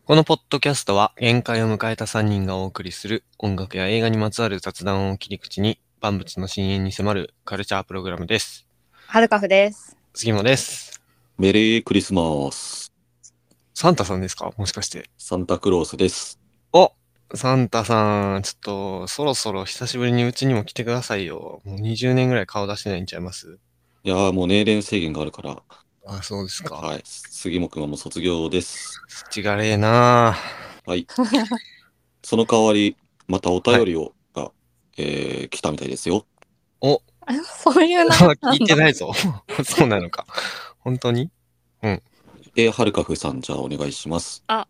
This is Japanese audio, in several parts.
このポッドキャストは限界を迎えた3人がお送りする音楽や映画にまつわる雑談を切り口に万物の深淵に迫るカルチャープログラムです。 はるかふです。 杉本です。 メリークリスマス。 サンタさんですか？もしかして。 サンタクロースです。 お、サンタさん、ちょっとそろそろ久しぶりにうちにも来てくださいよ。もう20年ぐらい顔出してないんちゃいます？ いやーもう年齢制限があるから。 あ、そうですか。 はい。杉本くんはもう卒業です。 土がれえなはい。その代わり、またお便りを、来たみたいですよ。 お、 そういうな聞いてないぞ。そうなのか。本当に？ はるかふさん、じゃあお願いします。 はい。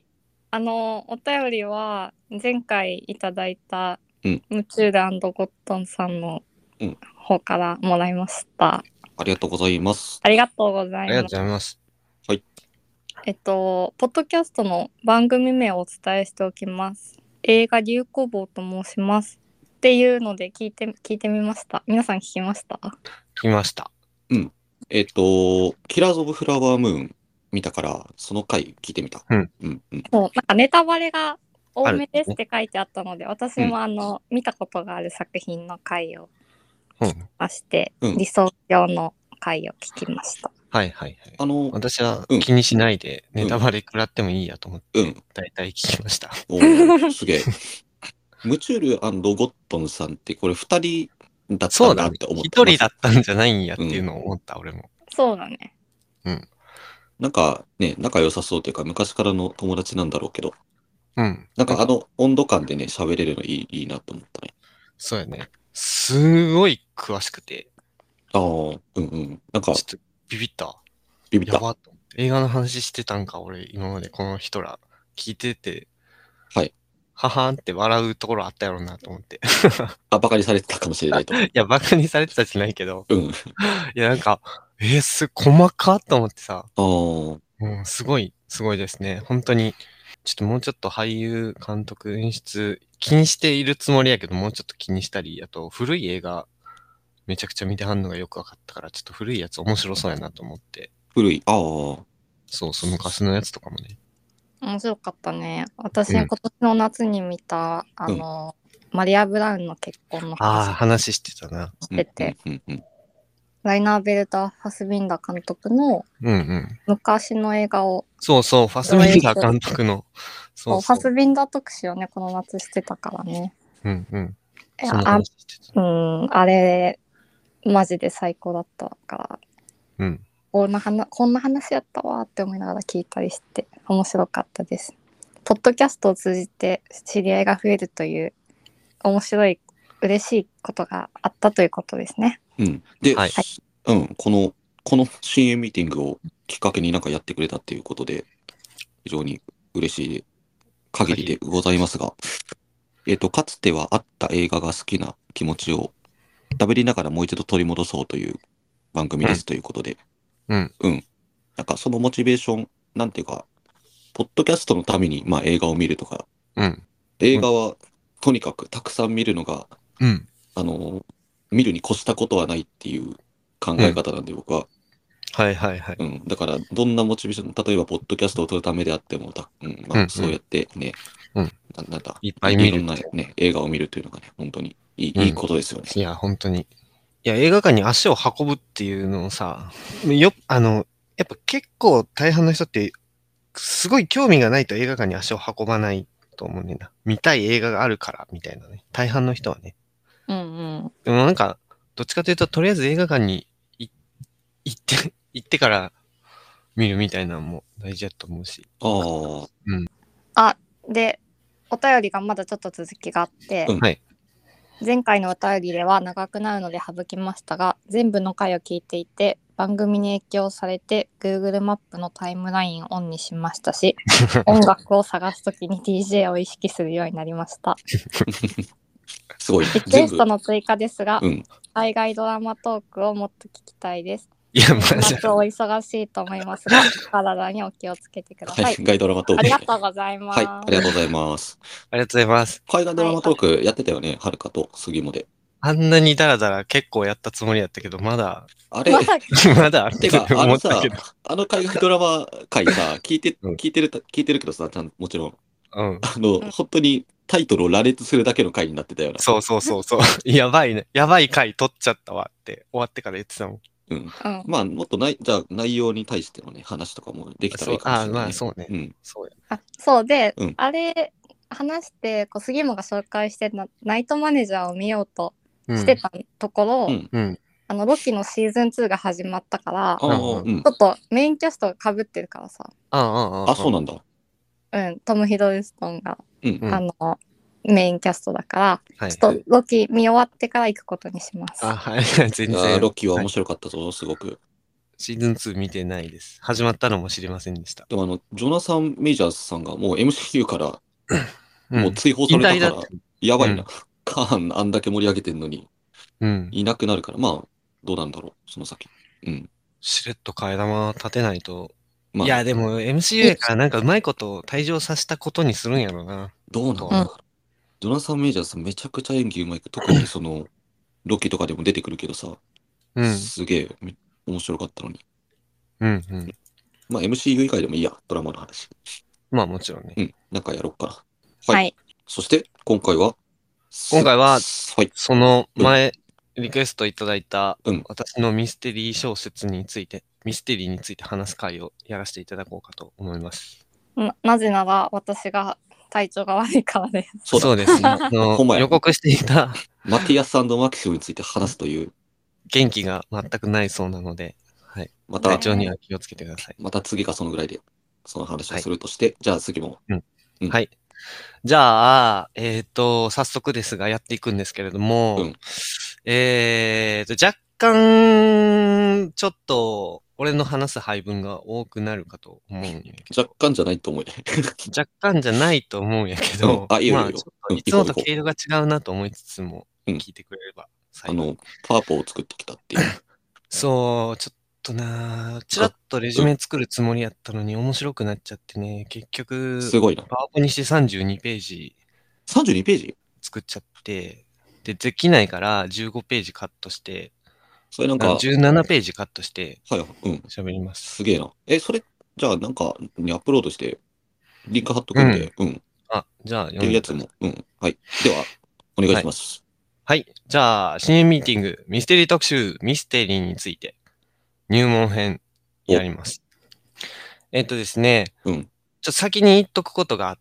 お便りは前回いただいたムチュール&ゴットンさんの方からもらいました。 ありがとうございます。 ありがとうござありがとういます。 ございます。 はい。 ポッドキャストの番組名をお伝えしておきます。映画流行坊と申します。っていうので聞いてみました。皆さん聞きました？ 聞きました。 キラーズ・オブ・フラワームーン見たから、その回聞いてみた。 そう、なんかネタバレが多めですって書いてあったので、私も見たことがある作品の回を聞きまして、理想郷の回を聞きました。 はいはいはい。私は気にしないで、ネタバレ食らってもいいやと思って、大体聞きました。 おー、すげえ。ムチュール&ゴットンさんってこれ2人だったんだって思ってます。 1人だったんじゃないんやっていうのを思った、俺も。 そうだね。 なんかね、仲良さそうというか、昔からの友達なんだろうけど。 なんか温度感でね、喋れるのいいなと思ったね。 そうやね。すごい詳しくて。 なんか、 ちょっとビビった。 ビビった。 やばっと思って。映画の話してたんか、俺、今までこの人ら聞いてて。 はい。 ははんって笑うところあったやろうなと思って。 バカにされてたかもしれないと。 いや、バカにされてたじゃないけど。いや、なんか、細かっと思ってさ。すごいですね。本当に、ちょっともうちょっと俳優、監督、演出、気にしているつもりやけど、もうちょっと気にしたり、あと、古い映画、めちゃくちゃ見てはんのがよくわかったから、ちょっと古いやつ面白そうやなと思って。 古い。 そう、昔のやつとかもね。 面白かったね。私、今年の夏に見た、マリア・ブラウンの結婚の話してたな。 してて、ライナー・ベルタ・ファスビンダー監督の昔の映画を、 そうそう、ファスビンダー監督の。 ファスビンダー特集をね、この夏してたからね。あれ、マジで最高だったから、こんな話やったわって思いながら聞いたりして面白かったです。ポッドキャストを通じて知り合いが増えるという面白い嬉しいことがあったということですね。 で、この深淵ミーティングをきっかけになんかやってくれたっていうことで非常に嬉しい限りでございますが、かつてはあった映画が好きな気持ちを喋りながらもう一度取り戻そうという番組ですということで、なんかそのモチベーション、なんていうか、ポッドキャストのために映画を見るとか、映画はとにかくたくさん見るのが、見るに越したことはないっていう考え方なんで、僕は。だから、どんなモチベーション、例えば、ポッドキャストを撮るためであっても、そうやってね、 いっぱい見る。 いろんなね、映画を見るというのがね、本当にいいことですよね。 いや、本当に。いや、映画館に足を運ぶっていうのをさ、やっぱ結構大半の人って、すごい興味がないと映画館に足を運ばないと思うんだ。見たい映画があるから、みたいなね。大半の人はね。でもなんか、どっちかというと、とりあえず映画館に行ってから見るみたいなのも大事だと思うし。 で、お便りがまだちょっと続きがあって、前回のお便りでは長くなるので省きましたが、全部の回を聞いていて、番組に影響されて Google マップのタイムラインをオンにしましたし、音楽を探すときに DJ を意識するようになりました。 すごい。 リクエストの追加ですが、海外ドラマトークをもっと聞きたいです。 いや、 夏お忙しいと思いますが、体にお気をつけてください。 海外ドラマトーク。 ありがとうございます。 ありがとうございます。 ありがとうございます。 海外ドラマトークやってたよね、はるかと杉本で。 あんなにダラダラ結構やったつもりやったけど、まだ、 あれ、 まだあってか、 思ったけど。 海外ドラマ回さ、聞いてうんるけどさ、もちろん。 うん。 本当にタイトルを羅列するだけの回になってたよな。 そう。やばいね。やばい回取っちゃったわって終わってから言ってたもん。 うん。まあ、もっとじゃあ内容に対してのね、話とかもできたらいいかもしれない、ね。 まあそうね。 うん。 そうや。 そうで、 うんあれ、話して、杉本が紹介してたナイトマネージャーを見ようとしてたところ、 うんロキのシーズン2が始まったから、ちょっとメインキャストが被ってるからさ。 そうなんだ。 トム・ヒドルストンが、 うんメインキャストだから、ちょっとロキ見終わってから行くことにします。 はい、全然。 ロキは面白かったぞ、すごく。 シーズン2見てないです。始まったのも知りませんでした。 でもジョナサン・メジャーズさんがもう MCU から、もう追放されたから、やばいな。カーンあんだけ盛り上げてんのに、いなくなるから、まあ、どうなんだろう、その先。 しれっと替え玉立てないと。いや、でも MCU からなんかうまいこと退場させたことにするんやろな。 どうなんだろう。ジョナサン・メジャーズさんめちゃくちゃ演技うまい。特にロキとかでも出てくるけどさ、すげえ面白かったのに。まあ MCU 以外でもいいや、ドラマの話。 まあもちろんね。 なんかやろうかな。 はい。 そして今回は、 その前、リクエストいただいた私のミステリー小説について、ミステリーについて話す会をやらせていただこうかと思います。 なぜなら私が体調が悪いからです。 そうですね。予告していたマティアス&マキシムについて話すという。 元気が全くないそうなので、はい。体調には気をつけてください。 また次かそのぐらいで、その話をするとして、じゃあ次も。 はい。じゃあ、早速ですがやっていくんですけれども、若干、ちょっと、俺の話す配分が多くなるかと思うんやけど。 若干じゃないと思うね。 若干じゃないと思うんやけど、 いいよ。 いつもと毛色が違うなと思いつつも、聞いてくれれば。 パワポを作ってきたっていう。 そう、ちょっとなちらっとレジュメ作るつもりやったのに面白くなっちゃってね、結局、 すごいな。 パワポにして32ページ。 32ページ作っちゃって、できないから15ページカットして、 それなんか、 17ページカットして、 喋ります。 すげえな。それ、じゃあなんかにアップロードして、リンク貼っとくんで、 じゃあ、 っていうやつも、はい。では、お願いします。 はい。じゃあ、新年ミーティング、ミステリー特集、ミステリーについて、入門編、やります。ですね、ちょっと先に言っとくことがあって、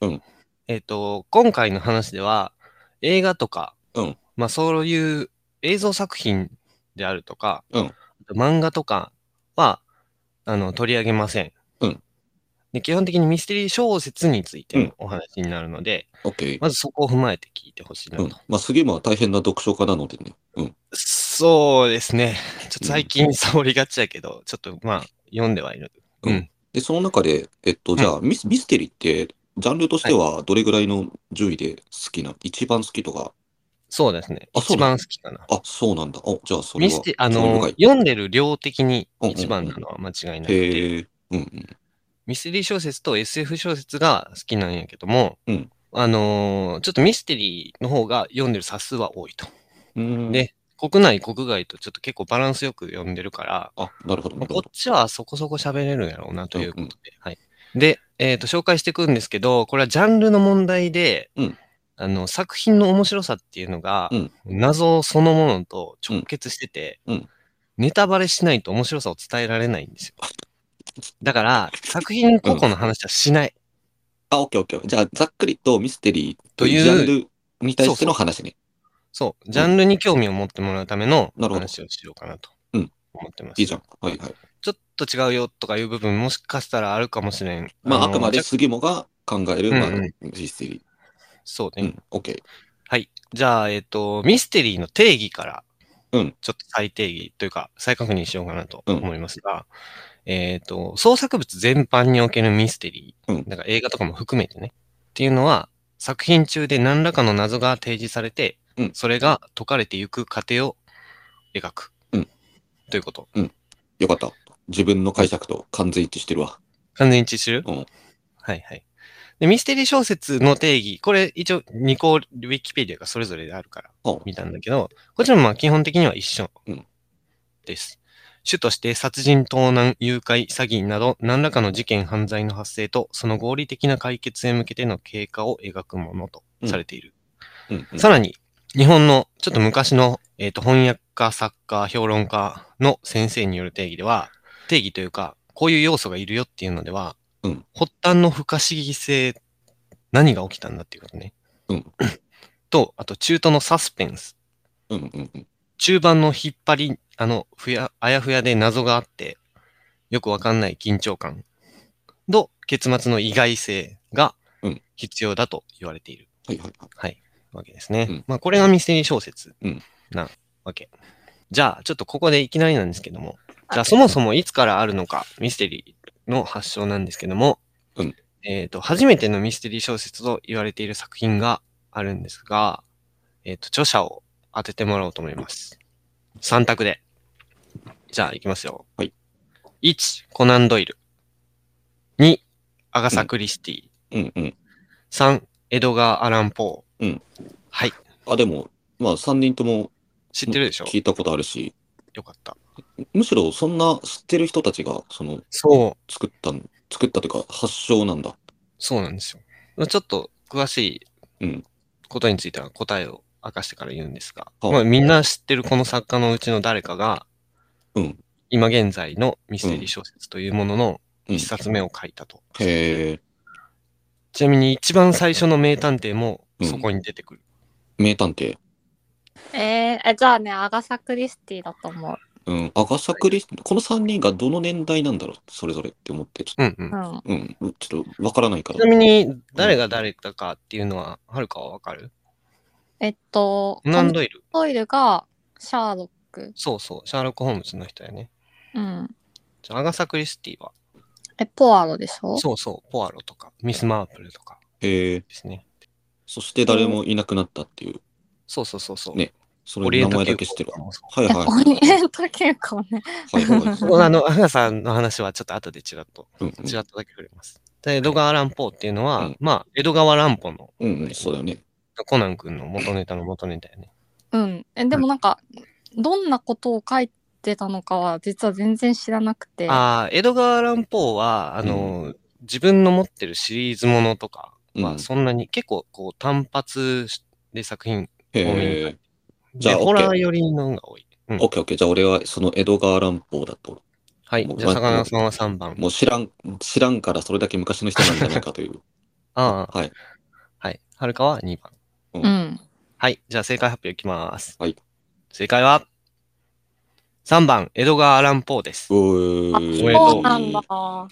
今回の話では、映画とか、まあそういう映像作品であるとか、漫画とかは、取り上げません。で基本的にミステリー小説についてのお話になるので、まずそこを踏まえて聞いてほしいなと。 まあ、杉山は大変な読書家なのでね。 そうですね。ちょっと最近サボりがちやけど、ちょっとまあ、読んではいる。 で、その中で、じゃあミステリーって、ジャンルとしてはどれぐらいの順位で好きな、一番好きとか。 そうですね。一番好きかな。 そうなんだ。じゃあそれは。 読んでる量的に一番なのは間違いなくて。ミステリー小説と SF 小説が好きなんやけども、ちょっとミステリーの方が読んでる冊数は多いと。で、国内、国外とちょっと結構バランスよく読んでるから、 なるほど。 こっちはそこそこ喋れるんやろうなということで。はい。で、紹介していくんですけど、これはジャンルの問題で、作品の面白さっていうのが、謎そのものと直結してて、ネタバレしないと面白さを伝えられないんですよ。だから、作品個々の話はしない。 オッケー。じゃあ、ざっくりとミステリーというジャンルに対しての話ね。 そう。ジャンルに興味を持ってもらうための話をしようかなと思ってます。 いいじゃん。はい。 ちょっと違うよとかいう部分もしかしたらあるかもしれん。 まあ、あくまで杉本が考える、ミステリー。 そうね。 OK。 はい。じゃあ、ミステリーの定義から、ちょっと再定義というか、再確認しようかなと思いますが、創作物全般におけるミステリー、だから映画とかも含めてね、っていうのは、作品中で何らかの謎が提示されて、それが解かれていく過程を描く。ということ。 よかった。自分の解釈と完全一致してるわ。 完全一致してる？はい。 で、ミステリー小説の定義、これ一応2個ウィキペディアがそれぞれであるから見たんだけど、こちらもまあ基本的には一緒です。主として殺人、盗難、誘拐、詐欺など何らかの事件、犯罪の発生とその合理的な解決へ向けての経過を描くものとされている。さらに、日本のちょっと昔の、翻訳家、作家、評論家の先生による定義では、定義というか、こういう要素がいるよっていうのでは、発端の不可思議性、何が起きたんだっていうことね。と、あと中途のサスペンス。中盤の引っ張り、あやふやで謎があって、よくわかんない緊張感。と、結末の意外性が必要だと言われている。はい。わけですね。まあ、これがミステリー小説なわけ。じゃあ、ちょっとここでいきなりなんですけども、じゃあそもそもいつからあるのか、ミステリーの発祥なんですけども、初めてのミステリー小説と言われている作品があるんですが、著者を当ててもらおうと思います。3択で。じゃあ、いきますよ。1、コナン・ドイル。2、アガサ・クリスティ。3、エドガー・アラン・ポー。はい。 でも、まあ3人とも知ってるでしょ？ 聞いたことあるし。 よかった。 むしろそんな知ってる人たちが、作ったというか発祥なんだ。 そうなんですよ。ちょっと詳しいことについては答えを明かしてから言うんですが、まあ、みんな知ってるこの作家のうちの誰かが、今現在のミステリー小説というものの一冊目を書いたと。ちなみに一番最初の名探偵もそこに出てくる。 名探偵。 じゃあね、アガサ・クリスティだと思う。 アガサ・クリスティ、この3人がどの年代なんだろう、それぞれって思って、ちょっとわからないから。 ちなみに誰が誰だかっていうのは、はるかはわかる？ コナン・ドイルがシャーロック。 そうそう、シャーロック・ホームズの人やね。じゃあ、アガサ・クリスティはポアロでしょ？ そうそう、ポアロとか、ミス・マープルとかですね。 そして誰もいなくなったっていう。 そうそうそうそう。 ね。それ名前だけ知ってる。 はいはい。オリエント傾向ね。 はいはい。 アガさんの話はちょっと後でちらっとだけ触れます。で、江戸川乱歩っていうのは、まあ、江戸川乱歩の、 そうだよね。 コナン君の元ネタの元ネタやね。 でもなんか、どんなことを書いてたのかは実は全然知らなくて。 江戸川乱歩は、自分の持ってるシリーズものとかは、そんなに結構こう単発で作品多めに。じゃあ、ホラー寄りのが多い。 オッケーオッケー。じゃあ、俺はその江戸川乱歩だと。 はい。じゃあ、魚さんは3番。 もう知らんからそれだけ昔の人なんじゃないかという。 はい。はい。はるかは2番。はい。じゃあ、正解発表いきます。 はい。 正解は、3番、江戸川乱歩です。 そうなんだ。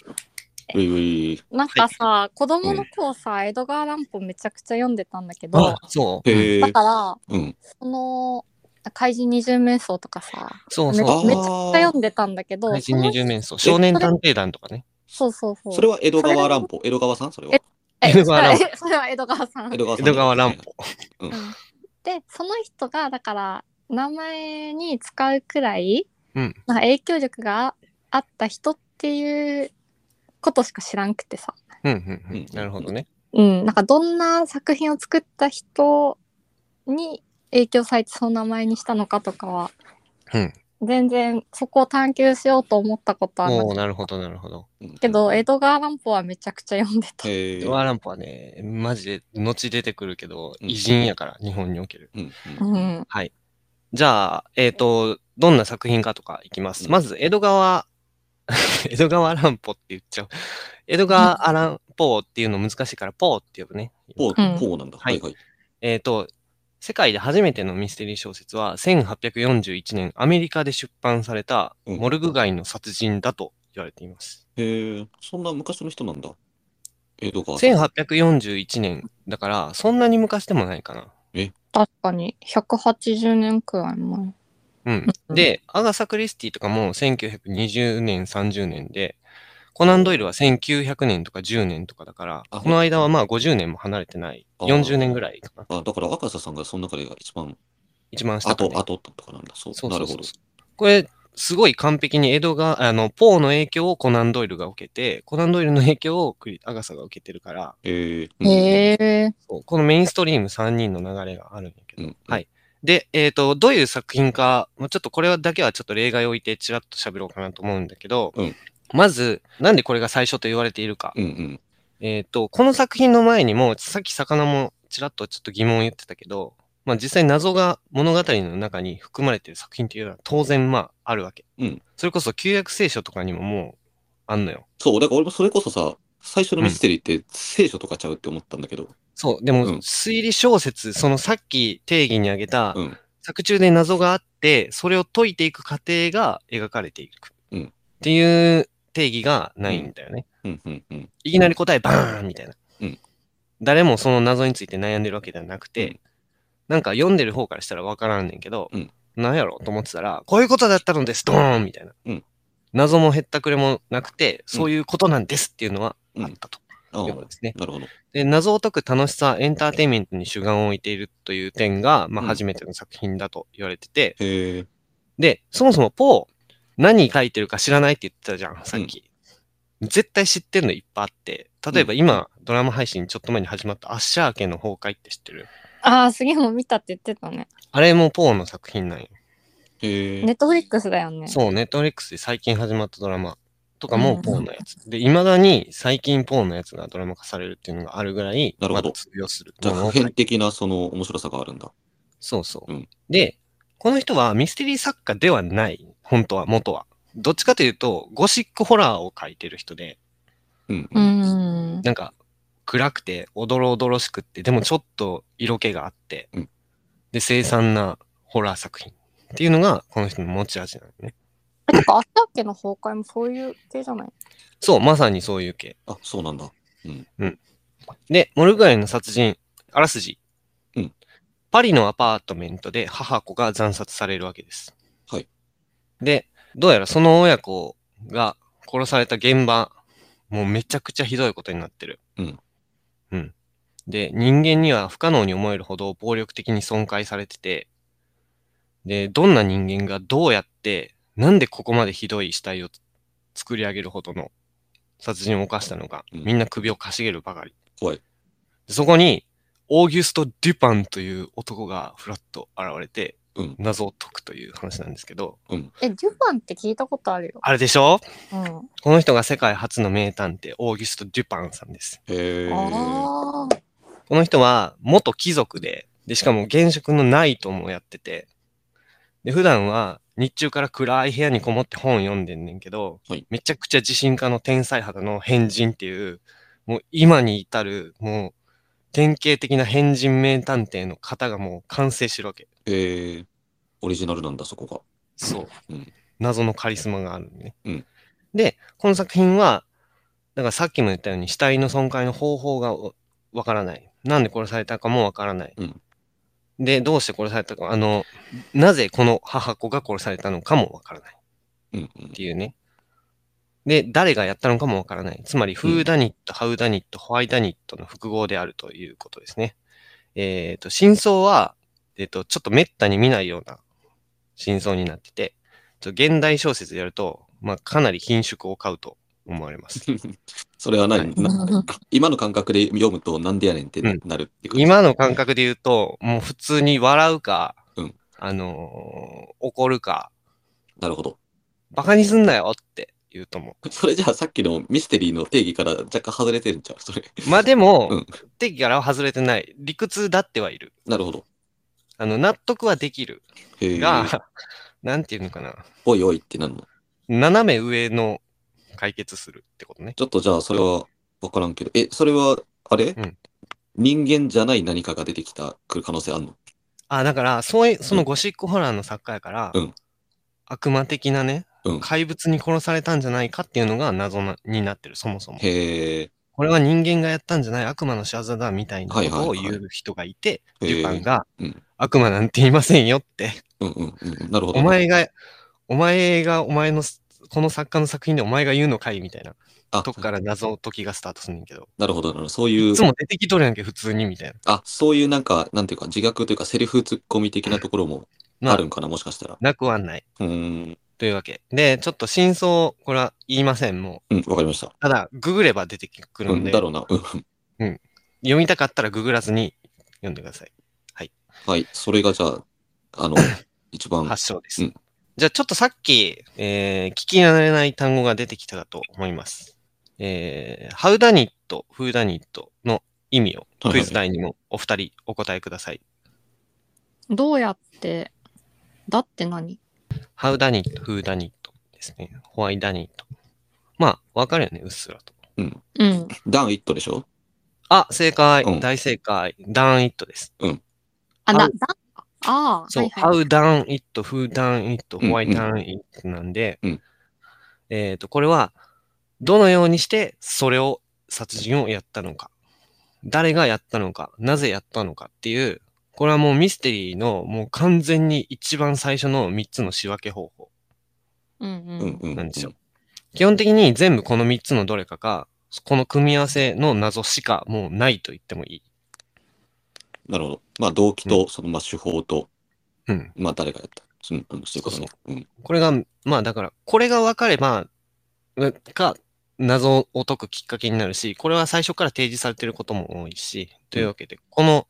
なんかさ、子供の頃さ、江戸川乱歩めちゃくちゃ読んでたんだけど、だから、その、怪人二十面相とかさ、めちゃくちゃ読んでたんだけど、 怪人二十面相、少年探偵団とかね。 そうそうそう。 それは江戸川乱歩、江戸川さんそれは。 江戸川乱歩。それは江戸川さん。 江戸川乱歩。 で、その人が、だから、名前に使うくらい、なんか影響力があった人っていうことしか知らんくてさ。 なるほどね。 なんかどんな作品を作った人に影響されてその名前にしたのかとかは、全然そこを探求しようと思ったことはなくて。 なるほどなるほど。 けど江戸川乱歩はめちゃくちゃ読んでた。 江戸川乱歩はね、マジで後出てくるけど、偉人やから、日本における。はい。じゃあ、どんな作品かとかいきます。まず、江戸川乱歩って言っちゃう。江戸川乱歩っていうの難しいから、ポーって呼ぶね。 ポーなんだ。 はいはい。世界で初めてのミステリー小説は、1841年、アメリカで出版された、モルグ街の殺人だと言われています。 そんな昔の人なんだ。江戸川。 1841年。だから、そんなに昔でもないかな。 確かに、180年くらい前。 で、アガサ・クリスティとかも1920年、30年で、コナン・ドイルは1900年とか10年とかだから、この間はまあ50年も離れてない。40年ぐらいかな。 だから赤瀬さんがその中で一番下か、ね。 後とかなんだ。そう。なるほど。 これ、 すごい完璧にポーの影響をコナン・ドイルが受けて、コナン・ドイルの影響をアガサが受けてるから、このメインストリーム3人の流れがあるんだけど、はい。で、どういう作品か、ちょっとこれだけはちょっと例外を置いてちらっと喋ろうかなと思うんだけど、まず、なんでこれが最初と言われているか。この作品の前にも、さっき魚もちらっとちょっと疑問を言ってたけど、実際謎が物語の中に含まれている作品っていうのは当然あるわけ。それこそ旧約聖書とかにももうあんのよ。 そう、だから俺もそれこそさ、最初のミステリーって聖書とかちゃうって思ったんだけど。 そう、でも推理小説、そのさっき定義に挙げた、作中で謎があって、それを解いていく過程が描かれていく。っていう定義がないんだよね。いきなり答えバーンみたいな。誰もその謎について悩んでるわけではなくて、なんか読んでる方からしたらわからんねんけど、なんやろと思ってたら、こういうことだったのです、ドーンみたいな。謎もへったくれもなくて、そういうことなんですっていうのはあったと。いうことですね。 なるほど。 で、謎を解く楽しさ、エンターテインメントに主眼を置いているという点が、初めての作品だと言われてて、で、そもそもポー、何書いてるか知らないって言ってたじゃん、さっき。絶対知ってるのいっぱいあって、例えば今、ドラマ配信ちょっと前に始まったアッシャー家の崩壊って知ってる？ 杉も見たって言ってたね。 あれもポーの作品なんよ。 ネットフリックスだよね。 そう、ネットフリックスで最近始まったドラマとかもポーのやつ。で、未だに最近ポーのやつがドラマ化されるっていうのがあるぐらい、 なるほど。 通用する。 じゃあ、普遍的なその面白さがあるんだ。 そうそう。で、この人はミステリー作家ではない。本当は、元は。どっちかというと、ゴシックホラーを書いてる人で、なんか、暗くて、おどろおどろしくって、でもちょっと色気があって、で、凄惨なホラー作品っていうのが、この人の持ち味なのね。 なんか、アッシャー家の崩壊もそういう系じゃない？ そう、まさにそういう系。 あ、そうなんだ。 で、モルグアイの殺人、あらすじ。パリのアパートメントで母子が惨殺されるわけです。 はい。 で、どうやらその親子が殺された現場、もうめちゃくちゃひどいことになってる。で、人間には不可能に思えるほど暴力的に損壊されてて、で、どんな人間がどうやって、なんでここまでひどい死体を作り上げるほどの殺人を犯したのか、みんな首をかしげるばかり。 怖い。 そこに、オーギュスト・デュパンという男がフラッと現れて、謎を解くという話なんですけど。 デュパンって聞いたことあるよ。 あれでしょ？この人が世界初の名探偵、オーギュスト・デュパンさんです。この人は元貴族で、しかも現職のナイトもやってて、で、普段は日中から暗い部屋にこもって本読んでんねんけど、めちゃくちゃ自信家の天才肌の変人っていう、もう今に至る、もう典型的な変人名探偵の方がもう完成してるわけ。 オリジナルなんだ、そこが。 そう。謎のカリスマがあるね。で、この作品は、だからさっきも言ったように死体の損壊の方法がわからない。なんで殺されたかもわからない。で、どうして殺されたか、なぜこの母子が殺されたのかもわからない。っていうね。で、誰がやったのかもわからない。つまり、フーダニット、ハウダニット、ホワイダニットの複合であるということですね。真相は、ちょっと滅多に見ないような真相になってて、現代小説でやると、かなり品縮を買うと思われます。 それは何、今の感覚で読むとなんでやねんってなるっていう、 今の感覚で言うと、もう普通に笑うか、怒るか。 なるほど。 バカにすんなよって言うと思う。 それじゃあさっきのミステリーの定義から若干外れてるんちゃうそれ。 でも、定義からは外れてない。理屈だってはいる。 なるほど。 納得はできる。が、なんていうのかな。 おいおいってなるの。 斜め上の解決するってことね。 ちょっとじゃあそれはわからんけど、それは、あれ、人間じゃない何かが出てきた、来る可能性あんの？ だから、そのゴシックホラーの作家やから、悪魔的なね、怪物に殺されたんじゃないかっていうのが謎になってる、そもそも。これは人間がやったんじゃない悪魔の仕業だみたいなことを言う人がいて、デュパンが、悪魔なんて言いませんよって。 なるほど。 お前がお前の、この作家の作品でお前が言うのかいみたいな。とこから謎解きがスタートするんだけど。 なるほど。そういう。 いつも出てきとるやんけ、普通に、みたいな。 そういうなんていうか、自虐というか、セリフツッコミ的なところもあるんかな、もしかしたら。 なくはない。 というわけ。で、ちょっと真相、これは言いません、もう。うん、わかりました。 ただ、ググれば出てくるうん、 ので、 だろうな。 うん。読みたかったらググらずに読んでください。はい。 はい。それがじゃあ、一番。 発祥です。 うん。 じゃあちょっとさっき、聞き慣れない単語が出てきたかと思います。ハウダニット、フーダニットの意味をクイズ第2問お二人お答えください。 どうやって、だって何？ ハウダニット、フーダニットですね。ホワイダニット。まあ、わかるよね、うっすらと。 うん。 ダンイットでしょ？ あ、正解。 うん大正解。ダンイットです。 うん。 そう、 はいはい。 How done it, who done it, うん why done it なんで、 うんこれは、どのようにしてそれを、殺人をやったのか、誰がやったのか、なぜやったのかっていう、これはもうミステリーのもう完全に一番最初の3つの仕分け方法なんですよ。基本的に全部この3つのどれかか、この組み合わせの謎しかもうないと言ってもいい。 なるほど。まあ、動機と、まあ、手法と、 うん。 まあ、誰がやった。そういうことね。 そうこれが、まあだから、これが分かれば、謎を解くきっかけになるし、これは最初から提示されていることも多いし、というわけで、この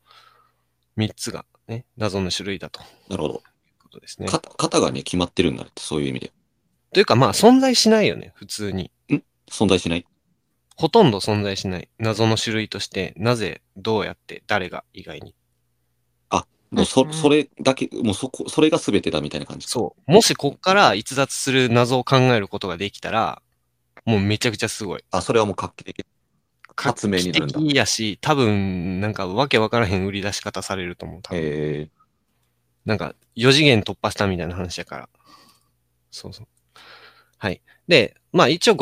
3つがね、謎の種類だと。 なるほど。 ことですね。 型がね、決まってるんだって、そういう意味で。 というか、まあ、存在しないよね、普通に。 存在しない？ ほとんど存在しない。謎の種類として、なぜ、どうやって、誰が以外に。 もうそれだけ、もうそれが全てだみたいな感じ。 そう。もしこっから逸脱する謎を考えることができたら、もうめちゃくちゃすごい。 それはもう画期的。発明になるんだ。 画期的やし、多分、なんかわけわからへん売り出し方されると思う。多分なんか、4次元突破したみたいな話やから。そうそう。はい。で、まあ一応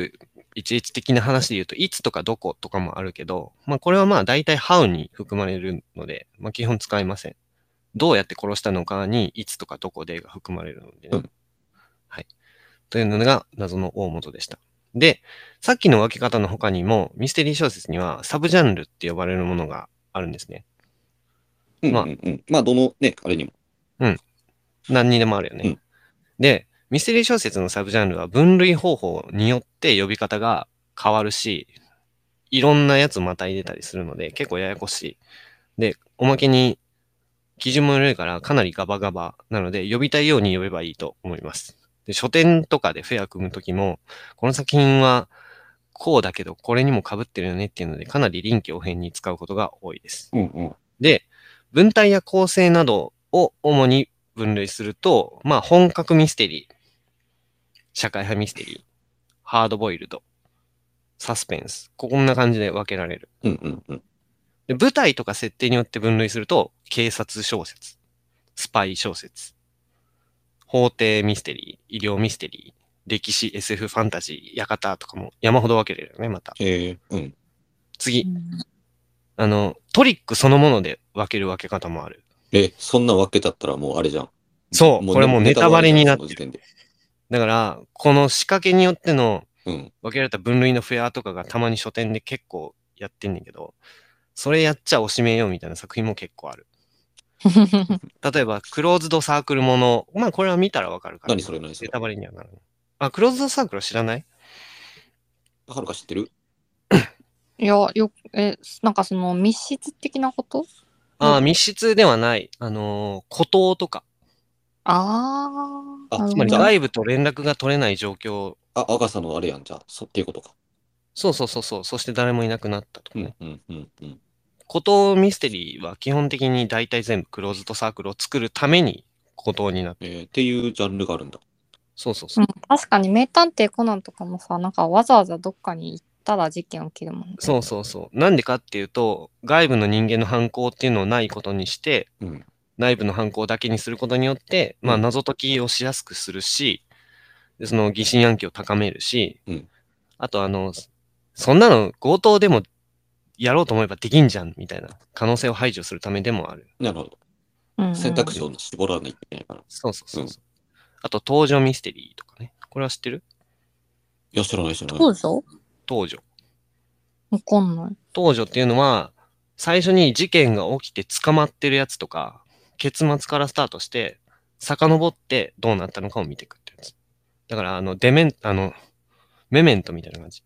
5W11 的な話で言うと、いつとかどことかもあるけど、まあこれはまあ大体 how に含まれるので、まあ基本使いません。どうやって殺したのかに、いつとかどこでが含まれるのでね。はい。というのが謎の大元でした。で、さっきの分け方の他にも、ミステリー小説にはサブジャンルって呼ばれるものがあるんですね。 まあ、どのね、あれにも。 何にでもあるよね。で、ミステリー小説のサブジャンルは分類方法によって呼び方が変わるし、いろんなやつまた入れたりするので、結構ややこしい。で、おまけに、基準も緩いからかなりガバガバなので、呼びたいように呼べばいいと思います。で、書店とかでフェア組むときも、この作品はこうだけど、これにも被ってるよねっていうので、かなり臨機応変に使うことが多いです。で、文体や構成などを主に分類すると、まあ、本格ミステリー、社会派ミステリー、ハードボイルド、サスペンス、こんな感じで分けられる。で舞台とか設定によって分類すると、警察小説、スパイ小説、法廷ミステリー、医療ミステリー、歴史、SF、ファンタジー、館とかも山ほど分けれるよね、また。次。トリックそのもので分ける分け方もある。 そんな分けちゃったらもうあれじゃん。 そう、これもうネタバレになってる。だから、この仕掛けによっての分けられた分類のフェアとかがたまに書店で結構やってんねんけど、それやっちゃおしめようみたいな作品も結構ある。例えば、クローズドサークルもの。まあ、これは見たらわかるから。 何それネタバレにはなる。クローズドサークル知らない？ はるか知ってる？ いや、なんかその密室的なこと？ 密室ではない。孤島とか。 つまり外部と連絡が取れない状況。 赤さのあれやんじゃあ、っていうことか。 そう。そして誰もいなくなったとかね。孤島ミステリーは基本的に大体全部クローズドサークルを作るために孤島になってる。 っていうジャンルがあるんだ。 そう。 確かに名探偵コナンとかもさ、なんかわざわざどっかに行ったら事件起きるもんね。 そう。なんでかっていうと、外部の人間の犯行っていうのをないことにして、内部の犯行だけにすることによって、まあ謎解きをしやすくするし、でその疑心暗鬼を高めるし、あとそんなの強盗でもやろうと思えばできんじゃんみたいな可能性を排除するためでもある。 なるほど。選択肢を絞らないといけないから。 そう。あと、登場ミステリーとかね。これは知ってる？ いや、知らない。 登場わかんない。 登場っていうのは、最初に事件が起きて捕まってるやつとか、結末からスタートして、遡ってどうなったのかを見ていくってやつ。 だから、メメントみたいな感じ。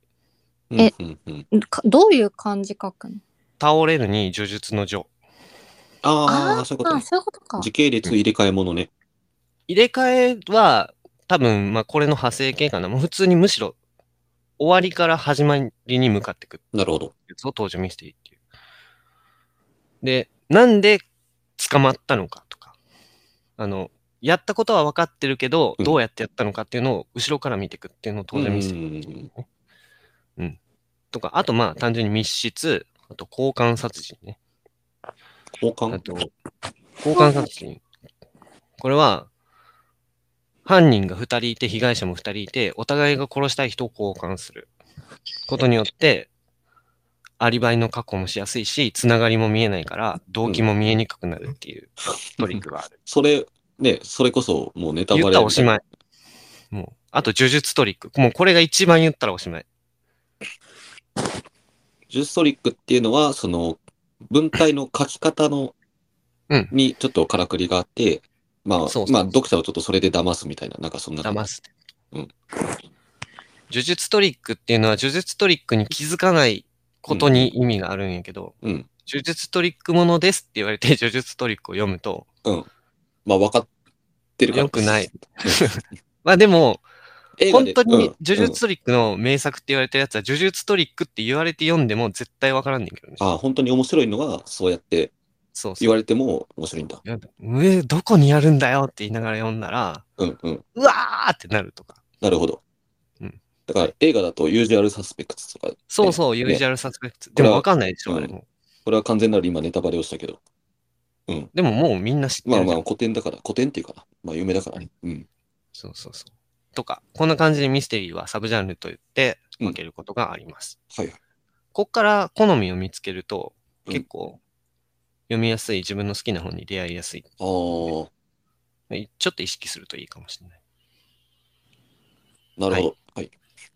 どういう漢字書くの？ 倒れるに呪術の呪。 ああ、そういうことね。 そういうことか。 時系列入れ替えものね。 入れ替えは、多分、まあ、これの派生形かな。もう普通にむしろ、終わりから始まりに向かっていく。 なるほど。 やつを登場ミステリーっていう。で、なんで捕まったのかとか、やったことは分かってるけど、どうやってやったのかっていうのを後ろから見ていくっていうのを登場ミステリー、うん。とか、あとまあ単純に密室、あと交換殺人ね。 交換殺人。これは、犯人が2人いて、被害者も2人いて、お互いが殺したい人を交換することによって、アリバイの確保もしやすいし、つながりも見えないから、動機も見えにくくなるっていうトリックがある。 それこそもうネタバレ。 言ったらおしまい。もう、あと呪術トリック。もうこれが一番言ったらおしまい。 呪術トリックっていうのは、その、文体の書き方にちょっとからくりがあって、まあ、読者をちょっとそれで騙すみたいな、なんかそんな。 騙す。呪術トリックっていうのは、呪術トリックに気づかないことに意味があるんやけど、呪術トリックものですって言われて、呪術トリックを読むと、 まあ、分かってるから。 よくない。まあでも、本当に呪術トリックの名作って言われてるやつは、呪術トリックって言われて読んでも絶対分からんねんけどね。 本当に面白いのは、そうやって言われても面白いんだ。 上、どこにやるんだよって言いながら読んだら、うわーってなるとか。 なるほど。だから映画だとユージュアルサスペクツとか。 そうそう、ユージュアルサスペクツ。でも分かんないでしょ、あれも。 これは完全なる今ネタバレをしたけど。 でももうみんな知ってる。 まあ古典だから、古典っていうかな。まあ有名だからね。 そう。とか、こんな感じでミステリーはサブジャンルと言って分けることがあります。こっから好みを見つけると、結構読みやすい、自分の好きな本に出会いやすい。ちょっと意識するといいかもしれない。 なるほど。はい。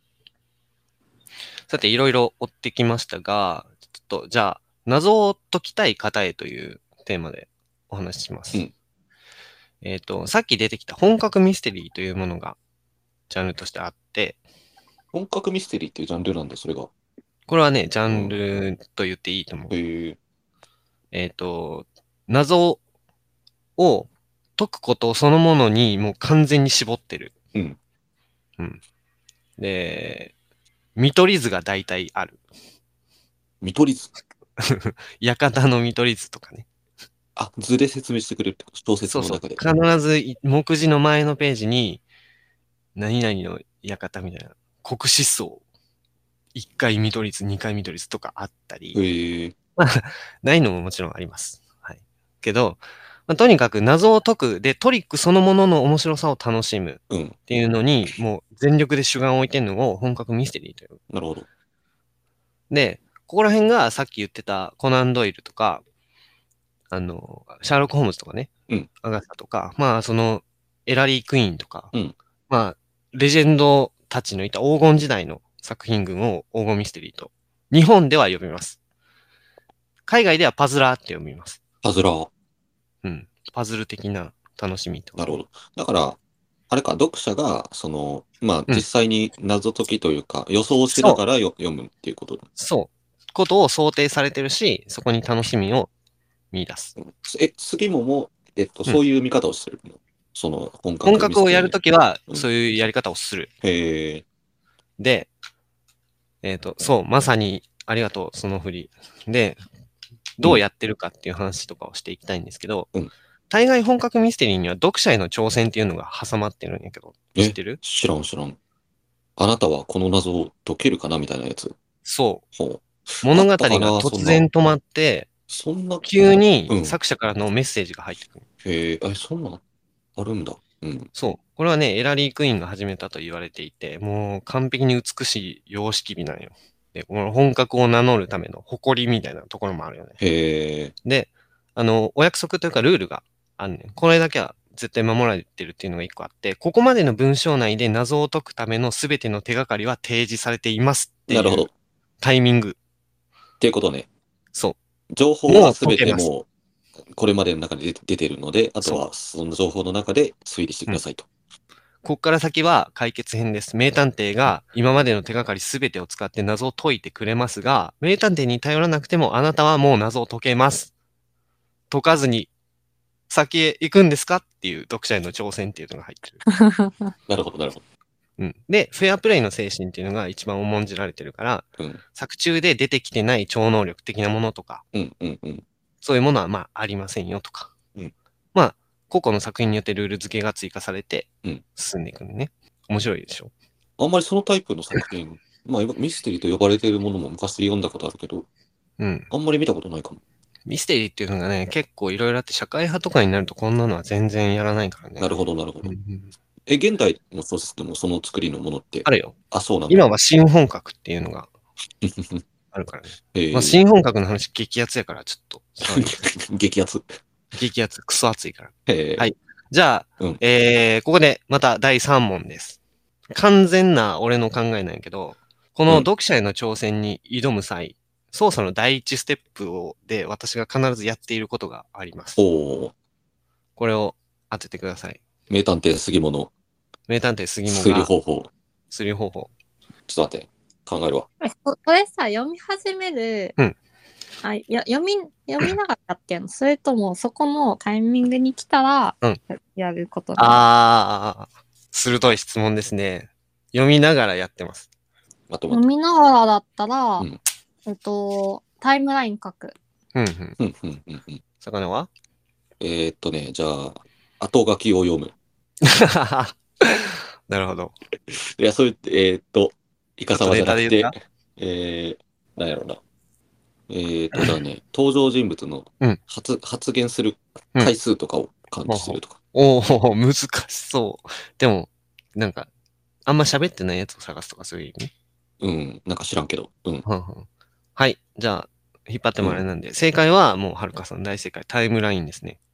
さて、いろいろ追ってきましたが、ちょっと、じゃあ、謎を解きたい方へというテーマでお話しします。さっき出てきた本格ミステリーというものが、ジャンルとしてあって、 本格ミステリーっていうジャンルなんだ、それが。 これはね、ジャンルと言っていいと思う。謎を解くことそのものにもう完全に絞ってる。で、見取り図が大体ある。 見取り図館の見取り図とかね。 図で説明してくれるってこと、小説の中で。 必ず目次の前のページに、何々の館みたいな、国思想、1回見取り図、2回見取り図とかあったり、ないのももちろんあります。けど、とにかく謎を解く、で、トリックそのものの面白さを楽しむっていうのに、もう全力で主眼を置いてるのを本格ミステリーという。 なるほど。 で、ここら辺がさっき言ってたコナン・ドイルとか、シャーロック・ホームズとかね、アガサとか、まあ、エラリー・クイーンとか、まあ、レジェンドたちのいた黄金時代の作品群を黄金ミステリーと、日本では呼びます。海外ではパズラーって呼びます。 パズラー。 パズル的な楽しみと。 なるほど。だから、あれか、読者が、実際に謎解きというか、予想しながら読むっていうこと。 ことを想定されてるし、そこに楽しみを見出す。 杉も、そういう見方をしてるの？その本格をやるときは、そういうやり方をする。で、まさに、ありがとう、その振り。で、どうやってるかっていう話とかをしていきたいんですけど、大概本格ミステリーには読者への挑戦っていうのが挟まってるんやけど、知ってる？ 知らん。あなたはこの謎を解けるかなみたいなやつ。 そう。物語が突然止まって、急に作者からのメッセージが入ってくる。 そんなあるんだ。 そう。これはね、エラリー・クイーンが始めたと言われていて、もう完璧に美しい様式美なんよ。で、この本格を名乗るための誇りみたいなところもあるよね。で、お約束というかルールがあるねん。これだけは絶対守られてるっていうのが一個あって、ここまでの文章内で謎を解くための全ての手がかりは提示されていますっていうタイミング。 っていうことね。 そう。 情報は全てもうこれまでの中で出てるので、あとはその情報の中で推理してくださいと。 こっから先は解決編です。名探偵が今までの手がかりすべてを使って謎を解いてくれますが、名探偵に頼らなくてもあなたはもう謎を解けます。解かずに先へ行くんですかっていう読者への挑戦っていうのが入ってる。 なるほど、なるほど。 うん。で、フェアプレイの精神っていうのが一番重んじられてるから、作中で出てきてない超能力的なものとか、そういうものはまあありませんよとか。まあ、個々の作品によってルール付けが追加されて、進んでいくんでね。面白いでしょ。 あんまりそのタイプの作品、まあミステリーと呼ばれているものも昔読んだことあるけど、あんまり見たことないかも。 ミステリーっていうのがね、結構いろいろあって、社会派とかになるとこんなのは全然やらないからね。 なるほど、なるほど。現代の小説でもその作りのものって。 あるよ。 あ、そうなんだ。 今は新本格っていうのがあるからね。まあ、新本格の話激アツやから、ちょっと。 激アツ。 激アツ。クソ熱いから。はい。じゃあ、ここでまた第3問です。完全な俺の考えなんやけど、この読者への挑戦に挑む際、操作の第一ステップで私が必ずやっていることがあります。これを当ててください。 名探偵杉物。 名探偵杉物が。推理方法。 推理方法。 ちょっと待って。考えるわ。 これさ、読み始める。読みながらやってんの？それともそこのタイミングに来たら、やることなの？鋭い質問ですね。読みながらやってます。 読みながらだったら、タイムライン書く。 魚は？ じゃあ、後書きを読む。 なるほど。 いや、そういう、イカサマじゃなくて、なんやろうな。だね、登場人物の発言する回数とかを感知するとか。 おお、難しそう。でも、なんか、あんま喋ってないやつを探すとかそういう意味？なんか知らんけど。 はい。じゃあ、引っ張ってもらえなんで、正解はもうはるかさん大正解。タイムラインですね。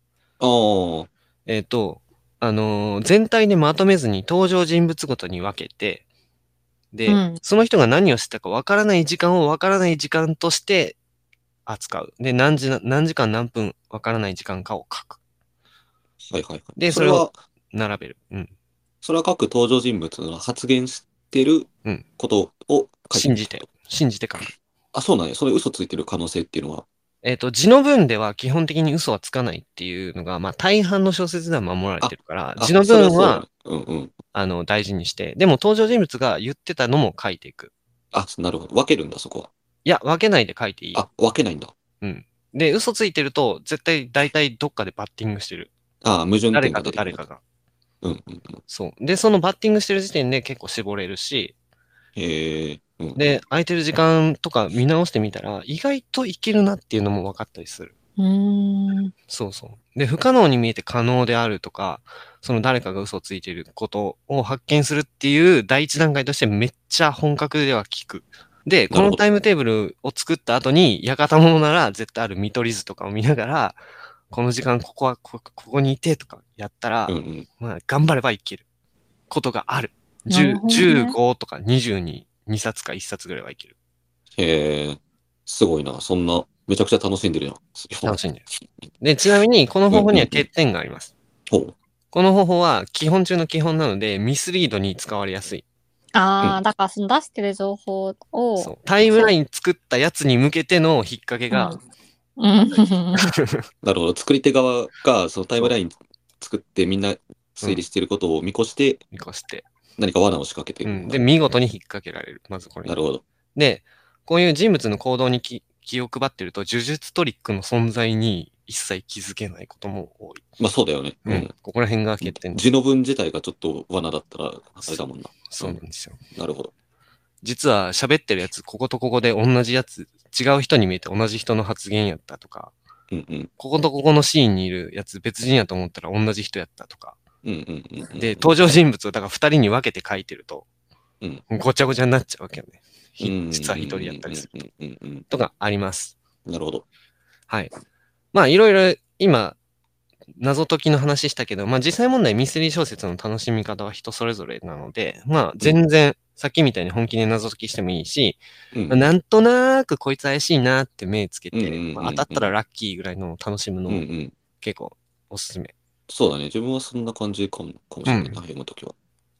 全体でまとめずに登場人物ごとに分けて、で、その人が何をしてたか分からない時間を分からない時間として扱う。で、何時間何分分からない時間かを書く。で、それを並べる。 それは各登場人物の発言してることを信じて書く。 あ、そうなんや。それ嘘ついてる可能性っていうのは。 字の文では基本的に嘘はつかないっていうのが、まあ大半の小説では守られてるから、字の文は、大事にして、でも登場人物が言ってたのも書いていく。 あ、なるほど。分けるんだ、そこは。 いや、分けないで書いていい。 あ、分けないんだ。 で、嘘ついてると、絶対大体どっかでバッティングしてる。 矛盾誰かと誰かが。そう。で、そのバッティングしてる時点で結構絞れるし、で、空いてる時間とか見直してみたら、意外といけるなっていうのも分かったりする。そうそう。で、不可能に見えて可能であるとか、その誰かが嘘をついていることを発見するっていう第一段階としてめっちゃ本格では効く。で、このタイムテーブルを作った後に、館物なら絶対ある見取り図とかを見ながら、この時間ここにいてとかやったら、まあ、頑張ればいけることがある。15とか20に2冊か1冊ぐらいはいける。 へえ、すごいな。そんな、めちゃくちゃ楽しんでるやん。 楽しんでる。で、ちなみに、この方法には欠点があります。この方法は基本中の基本なので、ミスリードに使われやすい。 だからその出してる情報を。 タイムライン作ったやつに向けての引っ掛けが。 なるほど。作り手側が、そのタイムライン作ってみんな推理していることを見越して、何か罠を仕掛けてる。 で、見事に引っ掛けられる。まずこれ。 なるほど。 で、こういう人物の行動に気を配ってると、呪術トリックの存在に一切気づけないことも多い。 まあそうだよね。 ここら辺が欠点。 字の文自体がちょっと罠だったら、あれだもんな。 そうなんですよ。 なるほど。 実は喋ってるやつ、こことここで同じやつ、違う人に見えて同じ人の発言やったとか、こことここのシーンにいるやつ別人やと思ったら同じ人やったとか。で、登場人物をだから二人に分けて書いてると、ごちゃごちゃになっちゃうわけよね。実は一人やったりするとかあります。 なるほど。 はい。まあいろいろ今、謎解きの話したけど、まあ実際問題ミステリー小説の楽しみ方は人それぞれなので、まあ全然さっきみたいに本気で謎解きしてもいいし、なんとなくこいつ怪しいなって目つけて、当たったらラッキーぐらいのを楽しむのも結構おすすめ。 そうだね。自分はそんな感じかもしれないな、読むときは。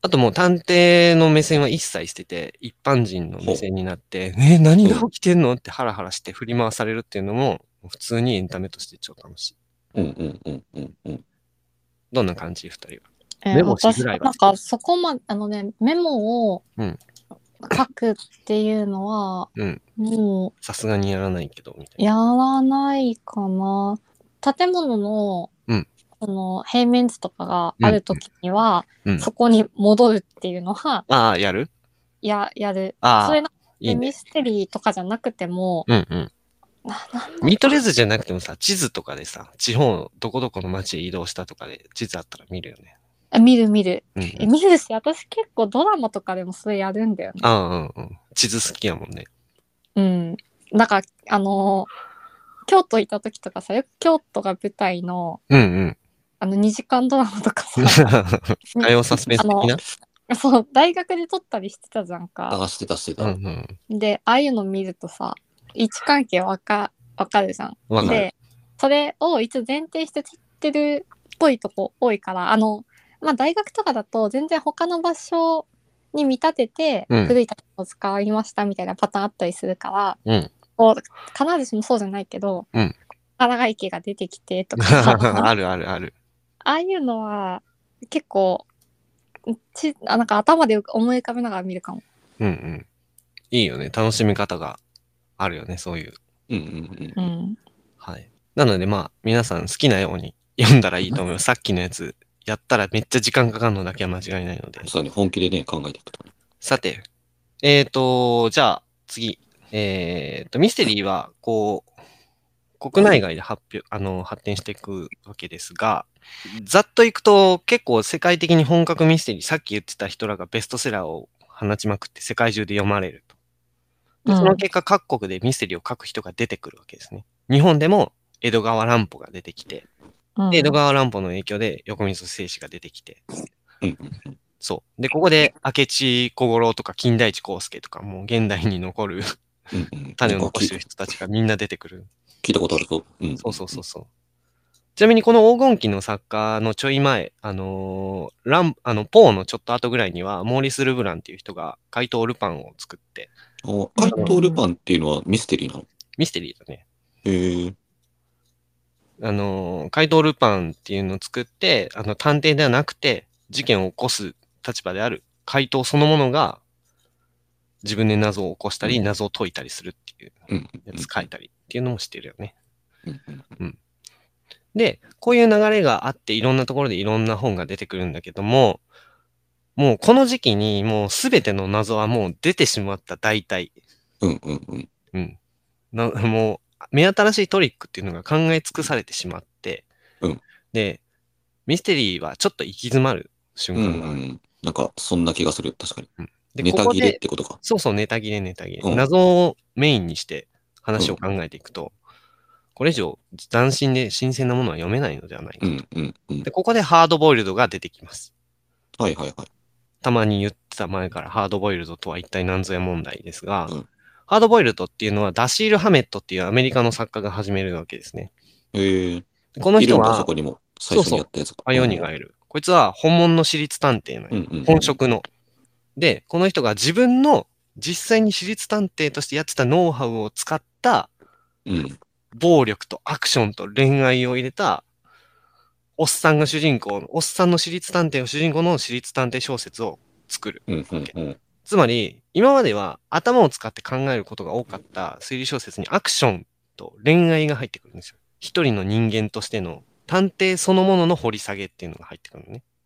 あともう探偵の目線は一切捨てて、一般人の目線になって、何が起きてんのってハラハラして振り回されるっていうのも、普通にエンタメとして超楽しい。どんな感じ、二人は。メモしぐらいは。 なんかそこまで、メモを書くっていうのは、もう、 さすがにやらないけど、みたいな。 やらないかな。建物の、その平面図とかがあるときには、そこに戻るっていうのは、 やる。 やる。それミステリーとかじゃなくても、 見取り図じゃなくてもさ、地図とかでさ、地方どこどこの街へ移動したとかで地図あったら見るよね。 見る。見るし、私結構ドラマとかでもそれやるんだよね。 地図好きやもんね。 なんか、京都行った時とかさ、よく京都が舞台の、2時間ドラマとかさ、 火曜サスペンス的なそう、大学で撮ったりしてたじゃんか。 してた。 で、ああいうの見るとさ、位置関係わかるじゃん。で、それを一応前提して撮ってるっぽいとこ多いから、大学とかだと全然他の場所に見立てて、古い建物を使いましたみたいなパターンあったりするから、必ずしもそうじゃないけど、荒池が出てきてとかさある。 ああいうのは結構なんか頭で思い浮かべながら見るかも。 いいよね。楽しみ方があるよね、そういう。はい。なので皆さん好きなように読んだらいいと思います。さっきのやつやったらめっちゃ時間かかるのだけは間違いないので。 そうね、本気でね、考えていくと。 さて、じゃあ次。ミステリーは、国内外で発展していくわけですが、ざっといくと結構世界的に本格ミステリー、さっき言ってた人らがベストセラーを放ちまくって世界中で読まれると。でその結果各国でミステリーを書く人が出てくるわけですね。日本でも江戸川乱歩が出てきて、で江戸川乱歩の影響で横溝正史が出てきて、そう。で、ここで明智小五郎とか金田一耕助とかもう現代に残る種を残してる人たちがみんな出てくる。 聞いたことあるぞ。 そう。ちなみにこの黄金期の作家のちょい前、ポーのちょっと後ぐらいには、モーリス・ルブランっていう人が怪盗ルパンを作って。 怪盗ルパンっていうのはミステリーなの？ ミステリーだね。 へえ。怪盗ルパンっていうのを作って、探偵ではなくて、事件を起こす立場である怪盗そのものが、自分で謎を起こしたり、謎を解いたりするっていうやつ書いたりっていうのもしてるよね。で、こういう流れがあって、いろんなところでいろんな本が出てくるんだけども、もうこの時期にもうすべての謎はもう出てしまった大体。もう目新しいトリックっていうのが考え尽くされてしまって、で、ミステリーはちょっと行き詰まる瞬間がある。 なんかそんな気がする、確かに。 でネタ切れってことか。 そう、ネタ切れ。謎をメインにして話を考えていくと、これ以上斬新で新鮮なものは読めないのではないかと。で、ここでハードボイルドが出てきます。たまに言ってた前からハードボイルドとは一体何ぞや問題ですが、ハードボイルドっていうのはダシール・ハメットっていうアメリカの作家が始めるわけですね。この人は、 そこにも最初にやったやつが。 パイオニアがいる。こいつは本物の私立探偵の本職の。で、この人が自分の実際に私立探偵としてやってたノウハウを使った、暴力とアクションと恋愛を入れた、おっさんの私立探偵を主人公の私立探偵小説を作る。つまり、今までは頭を使って考えることが多かった推理小説にアクションと恋愛が入ってくるんですよ。一人の人間としての探偵そのものの掘り下げっていうのが入ってくるのね。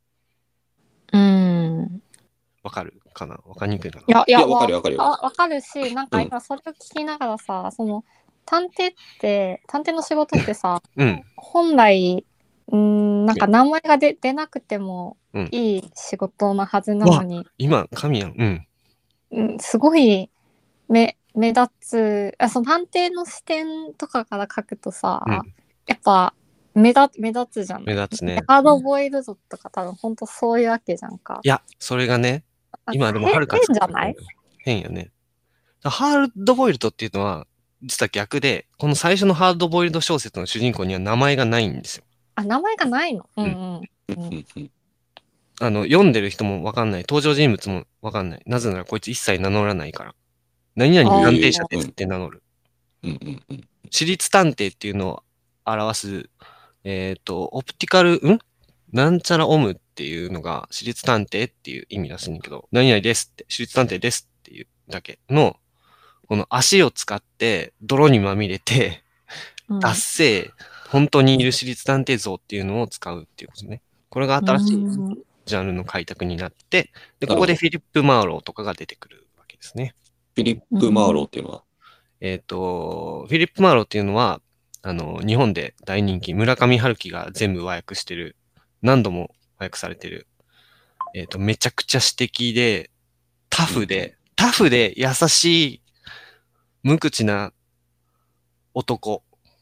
わかるかな？わかりにくいかな？ いや、 わかるよ。 わかるし、なんか今それを聞きながらさ、その探偵の仕事ってさ、本来、なんか名前が出なくてもいい仕事なはずなのに。 今、神やん。 すごい目立つ。その探偵の視点とかから書くとさ、やっぱ目立つじゃん。 目立つね。 ハードボイルドとか多分ほんとそういうわけじゃんか。 いや、それがね、今でもはるか変じゃない？ 変よね。ハードボイルドっていうのは、実は逆で、この最初のハードボイルド小説の主人公には名前がないんですよ。 名前がないの？ 読んでる人もわかんない。登場人物もわかんない。なぜならこいつ一切名乗らないから。何々探偵者ですって名乗る。私立探偵っていうのを表す、オプティカル、なんちゃらオムっていうのが、私立探偵っていう意味らしいんだけど、何々ですって、私立探偵ですっていうだけの、この足を使って泥にまみれて、達成、本当にいる私立探偵像っていうのを使うっていうことね。これが新しいジャンルの開拓になって、で、ここでフィリップ・マーローとかが出てくるわけですね。 フィリップ・マーローっていうのはフィリップ・マーローっていうのは、日本で大人気、村上春樹が全部和訳してる、何度も和訳されてる、めちゃくちゃ詩的で、タフで優しい、無口な男。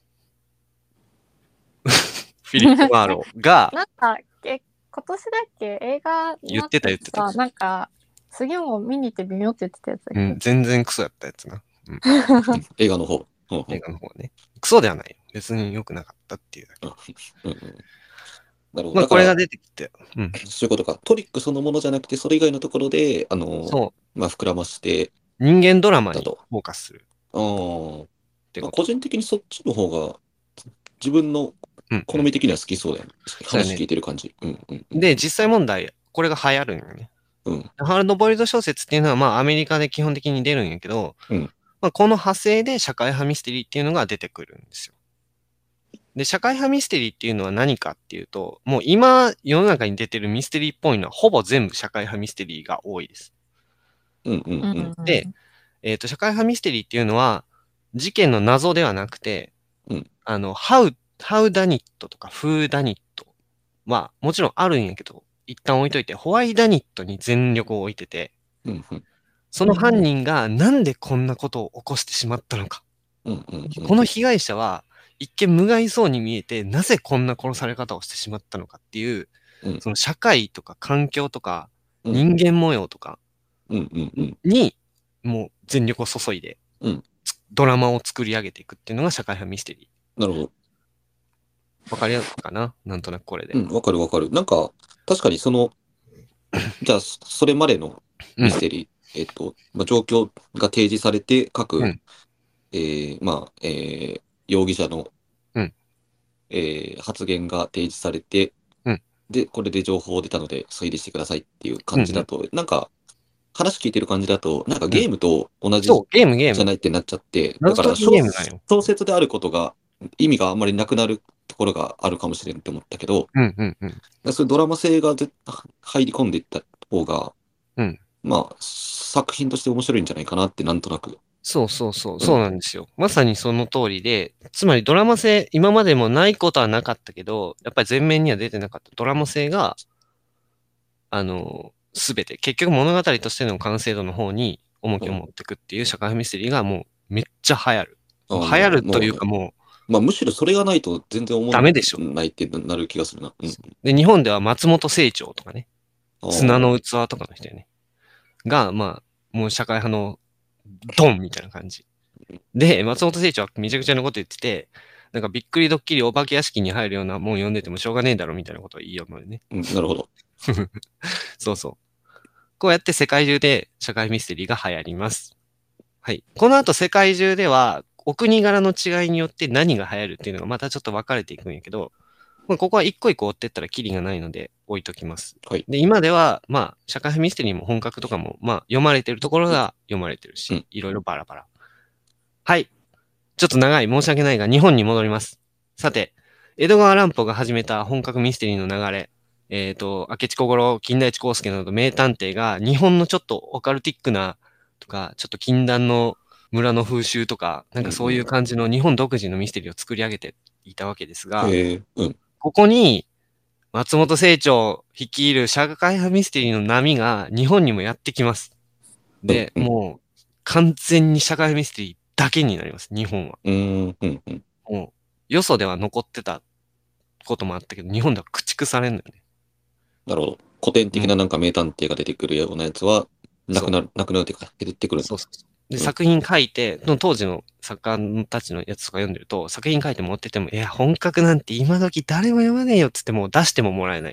フィリップ・マーローが、 なんか、今年だっけ映画言ってた。 なんか、次も見に行って微妙って言ってたやつだっけ。 全然クソやったやつな。 映画の方。 映画の方ね。クソではない。別に良くなかったっていうだけ。 なるほど。 まあ、これが出てきて。 そういうことか。トリックそのものじゃなくて、それ以外のところで、まあ、膨らまして。 人間ドラマにフォーカスする。 個人的にそっちの方が、自分の好み的には好きそうだよね。話聞いてる感じ。 で、実際問題、これが流行るんよね。ハードボイルド小説っていうのは、まあ、アメリカで基本的に出るんやけど、まあ、この派生で社会派ミステリーっていうのが出てくるんですよ。で、社会派ミステリーっていうのは何かっていうと、もう今世の中に出てるミステリーっぽいのはほぼ全部社会派ミステリーが多いです。で、社会派ミステリーっていうのは事件の謎ではなくて、How done it とか Who done it はもちろんあるんやけど、一旦置いといて、ホワイダニットに全力を置いてて、その犯人がなんでこんなことを起こしてしまったのか。この被害者は一見無害そうに見えて、なぜこんな殺され方をしてしまったのかっていう、その社会とか環境とか人間模様とかにもう全力を注いで、ドラマを作り上げていくっていうのが社会派ミステリー。なるほど。 わかりやすいかななんとなくこれで。 わかるわかる。なんか、確かにじゃあ、それまでのミステリー、状況が提示されて、各、容疑者の、発言が提示されて、で、これで情報出たので推理してくださいっていう感じだと、なんか、話聞いてる感じだと、なんかゲームと同じじゃないってなっちゃって、だから小説であることが、意味があんまりなくなるところがあるかもしれんって思ったけど、そういうドラマ性が入り込んでいった方が、まあ、作品として面白いんじゃないかなってなんとなく。 そうなんですよ。まさにその通りで、つまりドラマ性、今までもないことはなかったけど、やっぱり前面には出てなかったドラマ性が、すべて、結局物語としての完成度の方に重きを持っていくっていう社会派ミステリーがもうめっちゃ流行る。流行るというかもう。まあむしろそれがないと全然ダメでしょ。 ないってなる気がするな。 で、日本では松本清張とかね、砂の器とかの人やね。が、まあ、もう社会派のドンみたいな感じ。で、松本清張はめちゃくちゃなこと言ってて、なんかびっくりドッキリお化け屋敷に入るようなもん読んでてもしょうがねえだろみたいなことを言いようのでね。 なるほど。 そうそう。こうやって世界中で社会ミステリーが流行ります。はい。この後世界中では、お国柄の違いによって何が流行るっていうのがまたちょっと分かれていくんやけど、まあ、ここは一個一個追ってったらキリがないので置いときます。で、今では、まあ、社会派ミステリーも本格とかも、まあ、読まれてるところが読まれてるし、いろいろバラバラ。はい。ちょっと長い、申し訳ないが、日本に戻ります。さて、江戸川乱歩が始めた本格ミステリーの流れ、明智小五郎、金田一耕助など名探偵が、日本のちょっとオカルティックな、とか、ちょっと禁断の村の風習とか、なんかそういう感じの日本独自のミステリーを作り上げていたわけですが、ここに、松本清張率いる社会派ミステリーの波が日本にもやってきます。で、もう完全に社会派ミステリーだけになります、日本は。もう、よそでは残ってたこともあったけど、日本では駆逐されるんだよね。 なるほど。古典的ななんか名探偵が出てくるようなやつは、なくなるっていうか、出てくるんだ。 そう。で、作品書いて、当時の作家たちのやつとか読んでると、作品書いて持ってても、いや、本格なんて今時誰も読まねえよって言っても出してももらえない。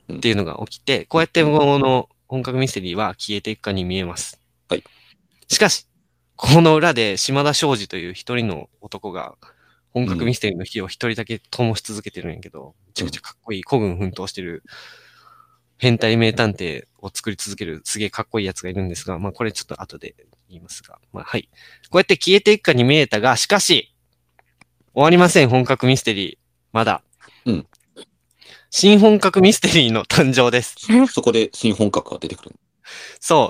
っていうのが起きて、こうやってこの本格ミステリーは消えていくかに見えます。 はい。 しかし、この裏で島田庄司という一人の男が本格ミステリーの火を一人だけ灯し続けてるんやけど、めちゃくちゃかっこいい孤軍奮闘してる変態名探偵を作り続けるすげえかっこいいやつがいるんですが、まあこれちょっと後で言いますが、まあはい。こうやって消えていくかに見えたが、しかし、終わりません、本格ミステリー。まだ。新本格ミステリーの誕生です。 そこで新本格が出てくる。 そう。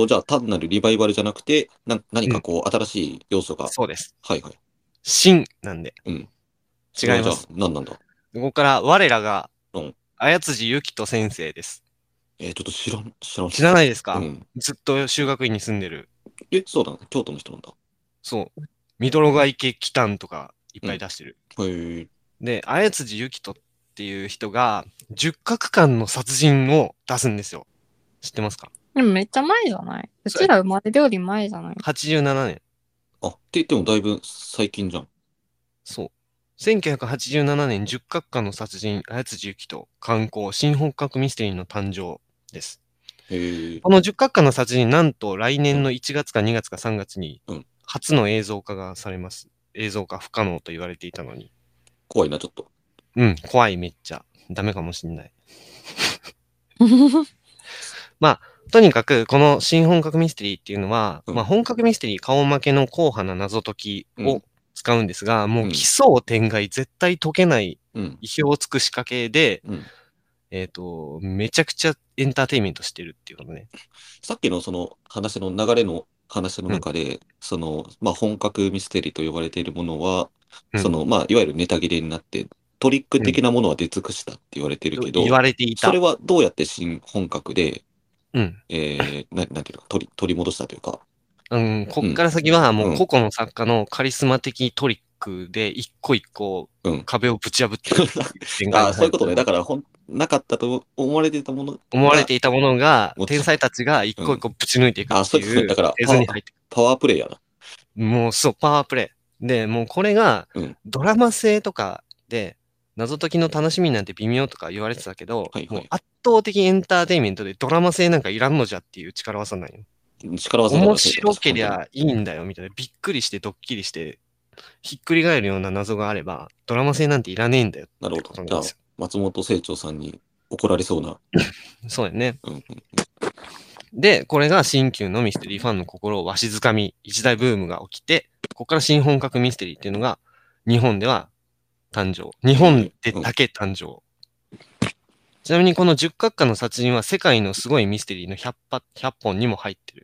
じゃあ単なるリバイバルじゃなくて、何かこう、新しい要素が。 そうです。 はいはい。 新なんで。 違います。 何なんだ。 ここから我らが、綾辻ゆきと先生です。 ちょっと知らないですか、ずっと修学院に住んでる。 そうだね。京都の人なんだ。 そう。ミドロガ池キタンとかいっぱい出してる。で、綾辻ゆきとっていう人が、十角館の殺人を出すんですよ。知ってますか？ でもめっちゃ前じゃない？うちら生まれるより前じゃない ？87年。 って言ってもだいぶ最近じゃん。 そう。1987年、十角館の殺人、綾辻ゆきと刊行、新本格ミステリーの誕生です。この十角館の殺人、なんと来年の1月か2月か3月に、初の映像化がされます。映像化不可能と言われていたのに。 怖いな、ちょっと。 怖い、めっちゃ。ダメかもしんない。まあ、とにかく、この新本格ミステリーっていうのは、まあ、本格ミステリー顔負けの硬派な謎解きを使うんですが、もう奇想天外、絶対解けない意表をつく仕掛けで、めちゃくちゃエンターテインメントしてるっていうことね。 さっきのその話の流れの話の中で、まあ、本格ミステリーと呼ばれているものは、まあ、いわゆるネタ切れになって、トリック的なものは出尽くしたって言われてるけど、 言われていた。 それはどうやって新本格で、なんていうか、取り戻したというか。 こっから先はもう個々の作家のカリスマ的トリックで一個一個壁をぶち破ってるそういうことね。だからなかったと思われていたものが、天才たちが一個一個ぶち抜いていくっていう。 だからパワープレイやな。 もうそう、パワープレイ。で、もうこれがドラマ性とかで、謎解きの楽しみなんて微妙とか言われてたけど、もう圧倒的エンターテインメントでドラマ性なんかいらんのじゃっていう力技なんよ。面白けりゃいいんだよみたいな。びっくりしてドッキリして、ひっくり返るような謎があれば、ドラマ性なんていらねえんだよ。 なるほど。じゃあ、松本清張さんに怒られそうな。 そうだよね。で、これが新旧のミステリーファンの心をわしづかみ、一大ブームが起きて、ここから新本格ミステリーっていうのが、日本では誕生。日本でだけ誕生。ちなみにこの十角館の殺人は世界のすごいミステリーの100本にも入ってる。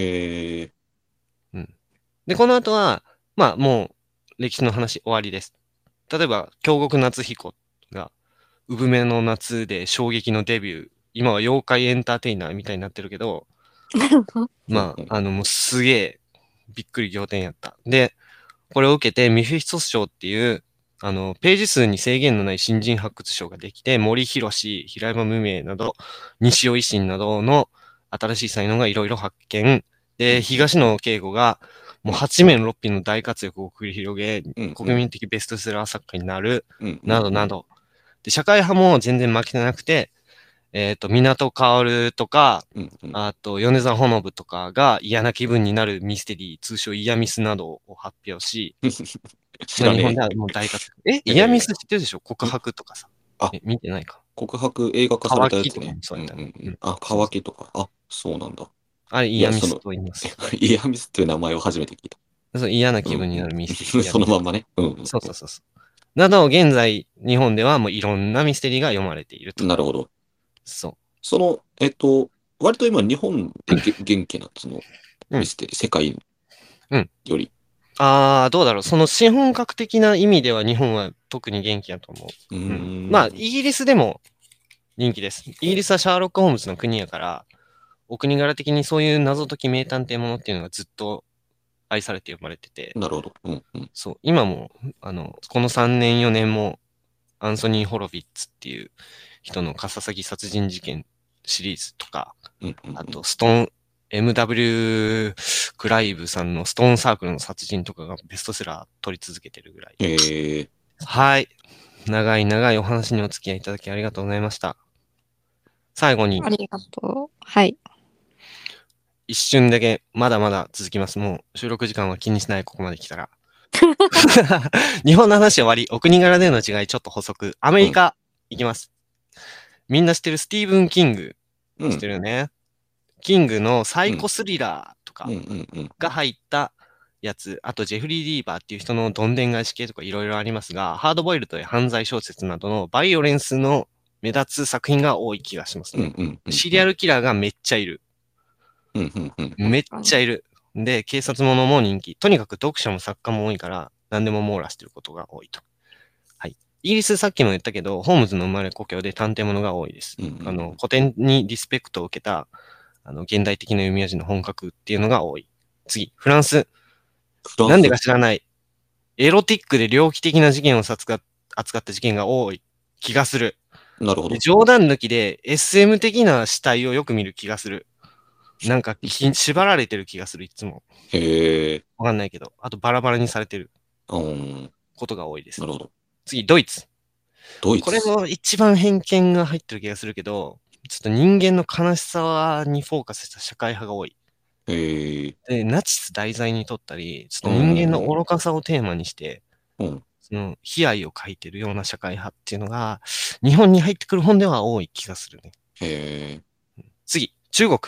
で、この後は、まあもう歴史の話終わりです。例えば、京極夏彦が、産めの夏で衝撃のデビュー。今は妖怪エンターテイナーみたいになってるけど、まあ、もうすげえびっくり仰天やった。で、これを受けてメフィストス賞っていう、ページ数に制限のない新人発掘賞ができて、森博、平山無名など、西尾維新などの新しい才能がいろいろ発見。で、東野圭吾が、もう八面六臂の大活躍を繰り広げ、国民的ベストセラー作家になる、などなど。で、社会派も全然負けてなくて、港薫とか、あと、米沢ほのぶとかが嫌な気分になるミステリー、通称イヤミスなどを発表し、日本ではもう大活躍。イヤミス知ってるでしょ？告白とかさ。見てないか。 告白映画化されたやつね。乾きとか。そうなんだ。 あれ、イヤミスと言います。 イヤミスっていう名前を初めて聞いた。嫌な気分になるミステリー。 そのまんまね。 そう。など、現在、日本ではもういろんなミステリーが読まれていると。 なるほど。 そう。 割と今日本で元気な、ミステリー、世界より。 どうだろう。その新本格的な意味では日本は特に元気だと思う。まあ、イギリスでも人気です。イギリスはシャーロック・ホームズの国やから、お国柄的にそういう謎解き名探偵ものっていうのがずっと愛されて生まれてて。 なるほど。 そう。今も、この3年4年も、アンソニー・ホロビッツっていう人のカササギ殺人事件シリーズとか、あと、MW クライブさんのストーンサークルの殺人とかがベストセラー取り続けてるぐらい。はい。長いお話にお付き合いいただきありがとうございました。 最後に。 ありがとう。はい。 一瞬だけ、まだまだ続きます。もう収録時間は気にしない、ここまで来たら。日本の話終わり。お国柄での違い、ちょっと補足。アメリカ、いきます。みんな知ってるスティーブン・キング。知ってるよね。キングのサイコスリラーとかが入ったやつ、あとジェフリー・リーバーっていう人のどんでん返し系とかいろいろありますが、ハードボイルドや犯罪小説などのバイオレンスの目立つ作品が多い気がしますね。シリアルキラーがめっちゃいる。めっちゃいる。で、警察ものも人気。とにかく読者も作家も多いから、何でも網羅してることが多いと。はい。イギリスさっきも言ったけど、ホームズの生まれ故郷で探偵ものが多いです。古典にリスペクトを受けた、現代的な読み味の本格っていうのが多い。次、フランス。なんでか知らない。エロティックで猟奇的な事件を扱った事件が多い気がする。 なるほど。 冗談抜きで SM 的な死体をよく見る気がする。なんか縛られてる気がする、いつも。 へえ。 わかんないけど。あとバラバラにされてることが多いです。 なるほど。 次、ドイツ。これも一番偏見が入ってる気がするけど、ちょっと人間の悲しさにフォーカスした社会派が多い。で、ナチス題材にとったり、ちょっと人間の愚かさをテーマにして、その悲哀を書いてるような社会派っていうのが、日本に入ってくる本では多い気がするね。次、中国。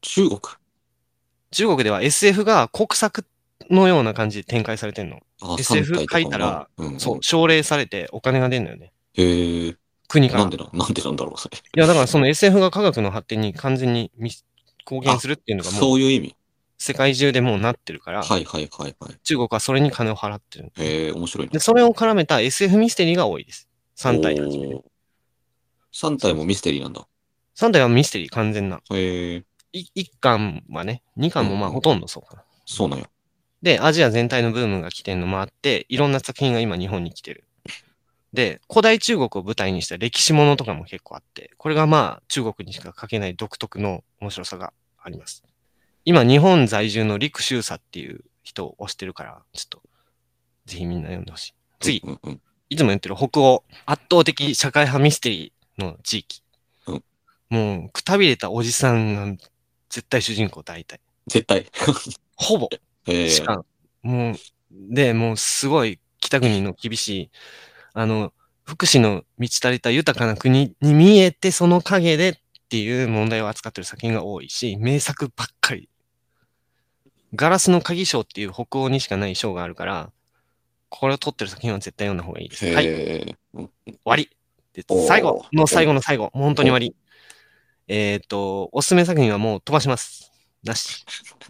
中国では SF が国策のような感じで展開されてんの。SF 書いたら、そう、奨励されてお金が出るんだよね。国から。 なんでなんだろう、それ。 いや、だからその SF が科学の発展に完全に貢献するっていうのがもう、 そういう意味。 世界中でもうなってるから、中国はそれに金を払ってる。 面白いな。 で、それを絡めた SF ミステリーが多いです。3体はじめ。 3体もミステリーなんだ。 3体はミステリー完全な。 1 巻はね、2巻もまあほとんどそうかな。 そうなんや。 で、アジア全体のブームが来てるのもあって、いろんな作品が今日本に来てる。で、古代中国を舞台にした歴史ものとかも結構あって、これがまあ中国にしか書けない独特の面白さがあります。今、日本在住の陸秀佐っていう人を推してるから、ちょっと、ぜひみんな読んでほしい。次、いつも言ってる北欧、圧倒的社会派ミステリーの地域。もう、くたびれたおじさんが絶対主人公大体。 絶対。 ほぼ。しかもう、で、もうすごい北国の厳しい、福祉の満ち足りた豊かな国に見えて、その陰でっていう問題を扱ってる作品が多いし、名作ばっかり。ガラスの鍵賞っていう北欧にしかない賞があるから、これを取ってる作品は絶対読んだ方がいいです。はい。終わり。で、最後の最後の最後。もう本当に終わり。おすすめ作品はもう飛ばします。なし。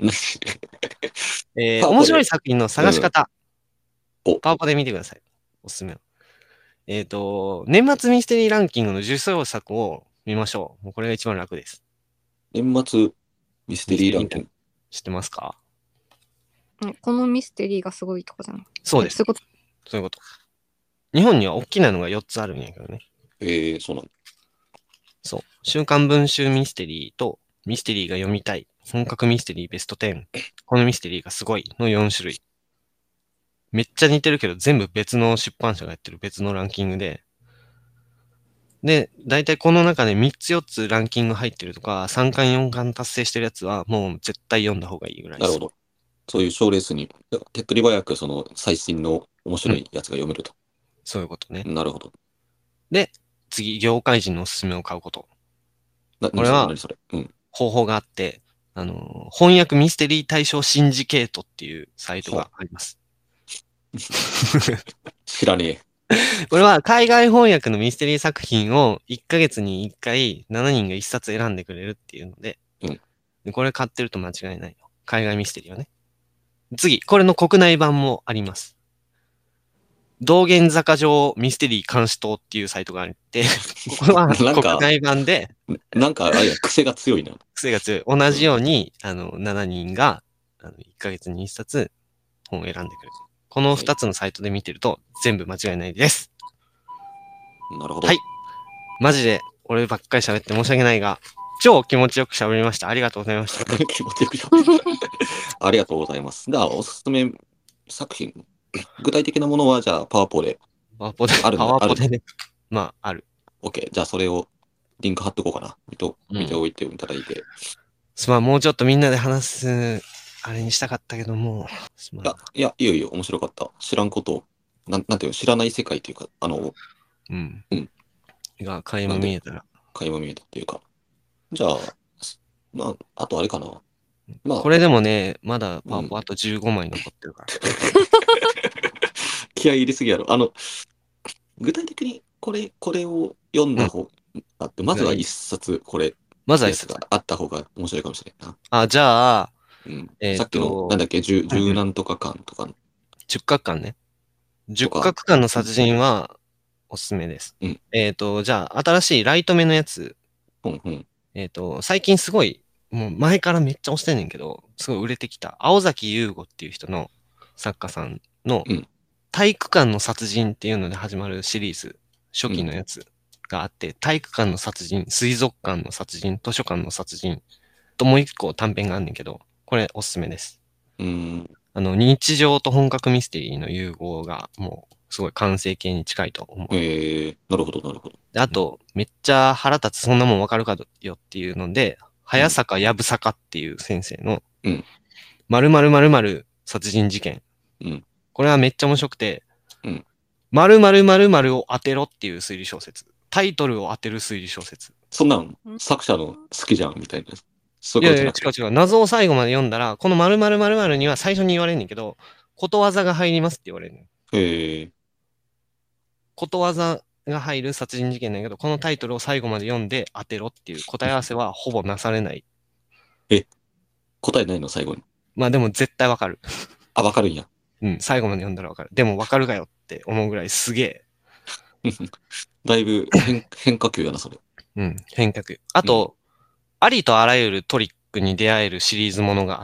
面白い作品の探し方。パワポで見てください。おすすめは。年末ミステリーランキングの受賞作を見ましょう。もうこれが一番楽です。 年末ミステリーランキング。 知ってますか？ このミステリーがすごいとかじゃない？ そうです。そういうこと。日本には大きなのが4つあるんやけどね。 そうなんだ。 そう。週刊文春ミステリーとミステリーが読みたい。本格ミステリーベスト10。このミステリーがすごいの4種類。めっちゃ似てるけど全部別の出版社がやってる別のランキングで。で、だいたいこの中で3つ4つランキング入ってるとか、3巻4巻達成してるやつはもう絶対読んだ方がいいぐらいです。 なるほど。そういう賞レースに、手っ取り早くその最新の面白いやつが読めると。 そういうことね。 なるほど。 で、次、業界人のおすすめを買うこと。これは、方法があって、翻訳ミステリー大賞シンジケートっていうサイトがあります。 知らねえ。 これは海外翻訳のミステリー作品を1ヶ月に1回7人が1冊選んでくれるっていうので、これ買ってると間違いないよ。海外ミステリーはね。次、これの国内版もあります。道玄坂上ミステリー監視塔っていうサイトがあって、ここは国内版で、 なんか、癖が強いな。 癖が強い。同じように、7人が、1ヶ月に1冊本を選んでくれる。この2つのサイトで見てると、全部間違いないです。 なるほど。 はい。マジで、俺ばっかり喋って申し訳ないが、超気持ちよく喋りました。ありがとうございました。 気持ちよく喋りました。ありがとうございます。じゃあ、おすすめ作品。具体的なものは、じゃあ、パワポで。 パワポでね。まあ、ある。 OK。じゃあ、それをリンク貼っとこうかな。見ておいていただいて。 すまん、もうちょっとみんなで話す、あれにしたかったけども。 いや、いいよ、面白かった。知らんことなんていうの、知らない世界というか、 が、垣間見えたら。 垣間見えたっていうか。じゃあ、あとあれかな。 これでもね、まだパワポあと15枚残ってるから。 気合い入れすぎやろ。具体的にこれを読んだ方があって、まずは一冊、 まずは一冊があった方が面白いかもしれんな。 じゃあ、 さっきの、なんだっけ、十何とか間とか。 十角間ね。十角間の殺人はおすすめです。じゃあ、新しいライト目のやつ。最近すごい、もう前からめっちゃ推してんねんけど、すごい売れてきた。青崎優吾っていう人の作家さんの、体育館の殺人っていうので始まるシリーズ、初期のやつがあって、体育館の殺人、水族館の殺人、図書館の殺人ともう一個短編があんねんけど、これおすすめです。日常と本格ミステリーの融合がもうすごい完成形に近いと思う。 なるほど、なるほど。 あと、めっちゃ腹立つそんなもんわかるかよっていうので、早坂やぶさかっていう先生の、〇〇〇〇殺人事件。これはめっちゃ面白くて、〇〇〇〇を当てろっていう推理小説。タイトルを当てる推理小説。 そんなん作者の好きじゃんみたいな。 いやいや、違う。謎を最後まで読んだら、この〇〇〇〇には最初に言われんねんけど、ことわざが入りますって言われるの。ことわざが入る殺人事件なんだけど、このタイトルを最後まで読んで当てろっていう答え合わせはほぼなされない。 答えないの最後に。 まあでも絶対わかる。 わかるんや。 最後まで読んだらわかる。でもわかるかよって思うぐらいすげえ。 だいぶ変化球やな、それ。 変化球。あと、ありとあらゆるトリックに出会えるシリーズものがあって、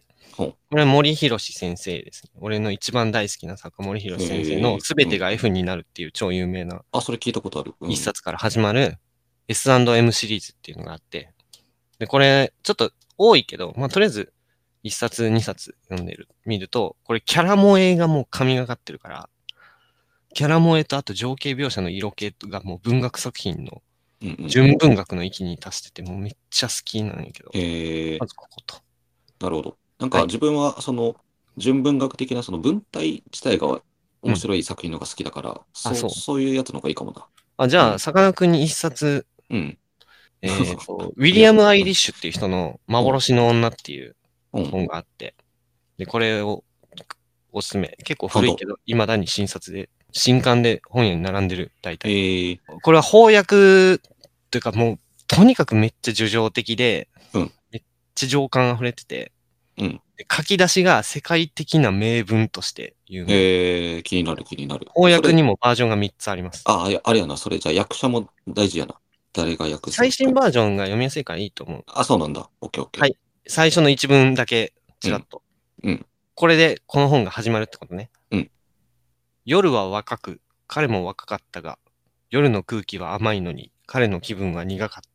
これ森博先生ですね。俺の一番大好きな作家森博先生のすべてが F になるっていう超有名な。 それ聞いたことある。 一冊から始まる S&M シリーズっていうのがあって、で、これちょっと多いけど、まあとりあえず一冊二冊読んで見ると、これキャラ萌えがもう神がかってるから、キャラ萌えとあと情景描写の色気がもう文学作品の純文学の域に達してて、もうめっちゃ好きなんやけど。まずここと。 なるほど。なんか自分はその純文学的なその文体自体が面白い作品のが好きだから、そういうやつの方がいいかもな。 じゃあ、さかなクンに一冊、ウィリアム・アイリッシュっていう人の幻の女っていう本があって、で、これをおすすめ。結構古いけど、未だに新刊で本屋に並んでる、大体。これは翻訳というかもう、とにかくめっちゃ叙情的で、めっちゃ情感溢れてて、書き出しが世界的な名文として有名。 気になる。 翻訳にもバージョンが3つあります。 あれやな、それじゃあ役者も大事やな。誰が訳す最新バージョンが読みやすいからいいと思う。 そうなんだ。オッケー。 はい。最初の一文だけ、ちらっと。これでこの本が始まるってことね。夜は若く、彼も若かったが、夜の空気は甘いのに、彼の気分は苦かった。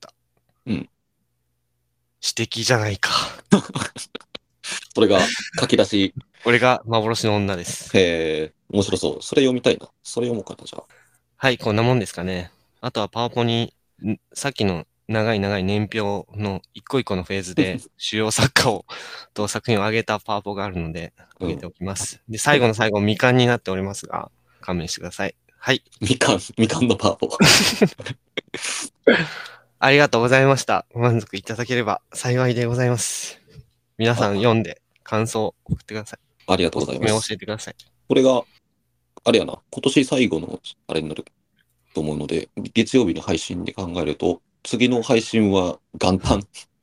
詩的じゃないか。 それが書き出し。 これが幻の女です。 面白そう。それ読みたいな。それ読もうかな、じゃあ。 はい、こんなもんですかね。あとはパワポに、さっきの長い年表の一個一個のフェーズで主要作家と作品を上げたパワポがあるので、上げておきます。で、最後の最後、未完になっておりますが、勘弁してください。はい。 未完のパワポ。 ありがとうございました。ご満足いただければ幸いでございます。皆さん読んで感想を送ってください。 ありがとうございます。 教えてください。 これが、あれやな、今年最後のあれになると思うので、月曜日の配信で考えると、次の配信は元旦。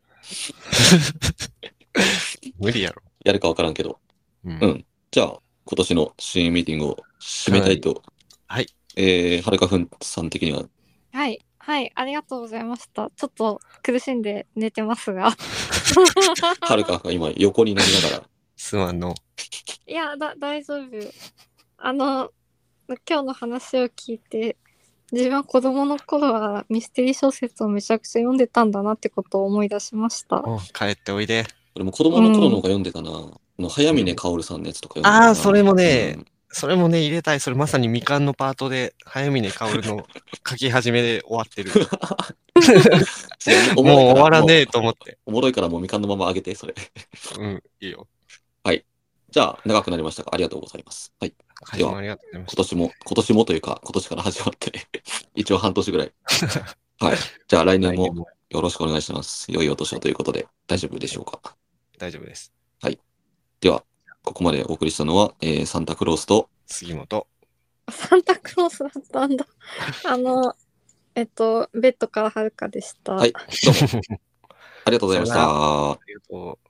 無理やろ。 やるかわからんけど。じゃあ、今年の新ミーティングを締めたいと。 はい。 はるかふんさん的には。 はい、ありがとうございました。ちょっと苦しんで寝てますが。 はるかが今横になりながら。 すまんの。 いや、大丈夫。今日の話を聞いて、自分は子供の頃はミステリー小説をめちゃくちゃ読んでたんだなってことを思い出しました。 帰っておいで。 俺も子供の頃の方が読んでたな。早峰薫さんのやつとか読んでたな。 それもね、 それもね、入れたい。それまさにみかんのパートで、早峰薫の書き始めで終わってる。もう終わらねえと思って。 おもろいからもうみかんのままあげて、それ。 うん、いいよ。 はい。じゃあ、長くなりましたが、ありがとうございます。はい。では、今年もというか、今年から始まって一応半年ぐらい。はい。じゃあ、来年もよろしくお願いします。良いお年をということで、大丈夫でしょうか。 大丈夫です。 はい。では、ここまでお送りしたのは、サンタクロースと杉本。 サンタクロースだったんだ。ベッドからはるかでした。 はい。どうも。ありがとうございました。 ありがとう。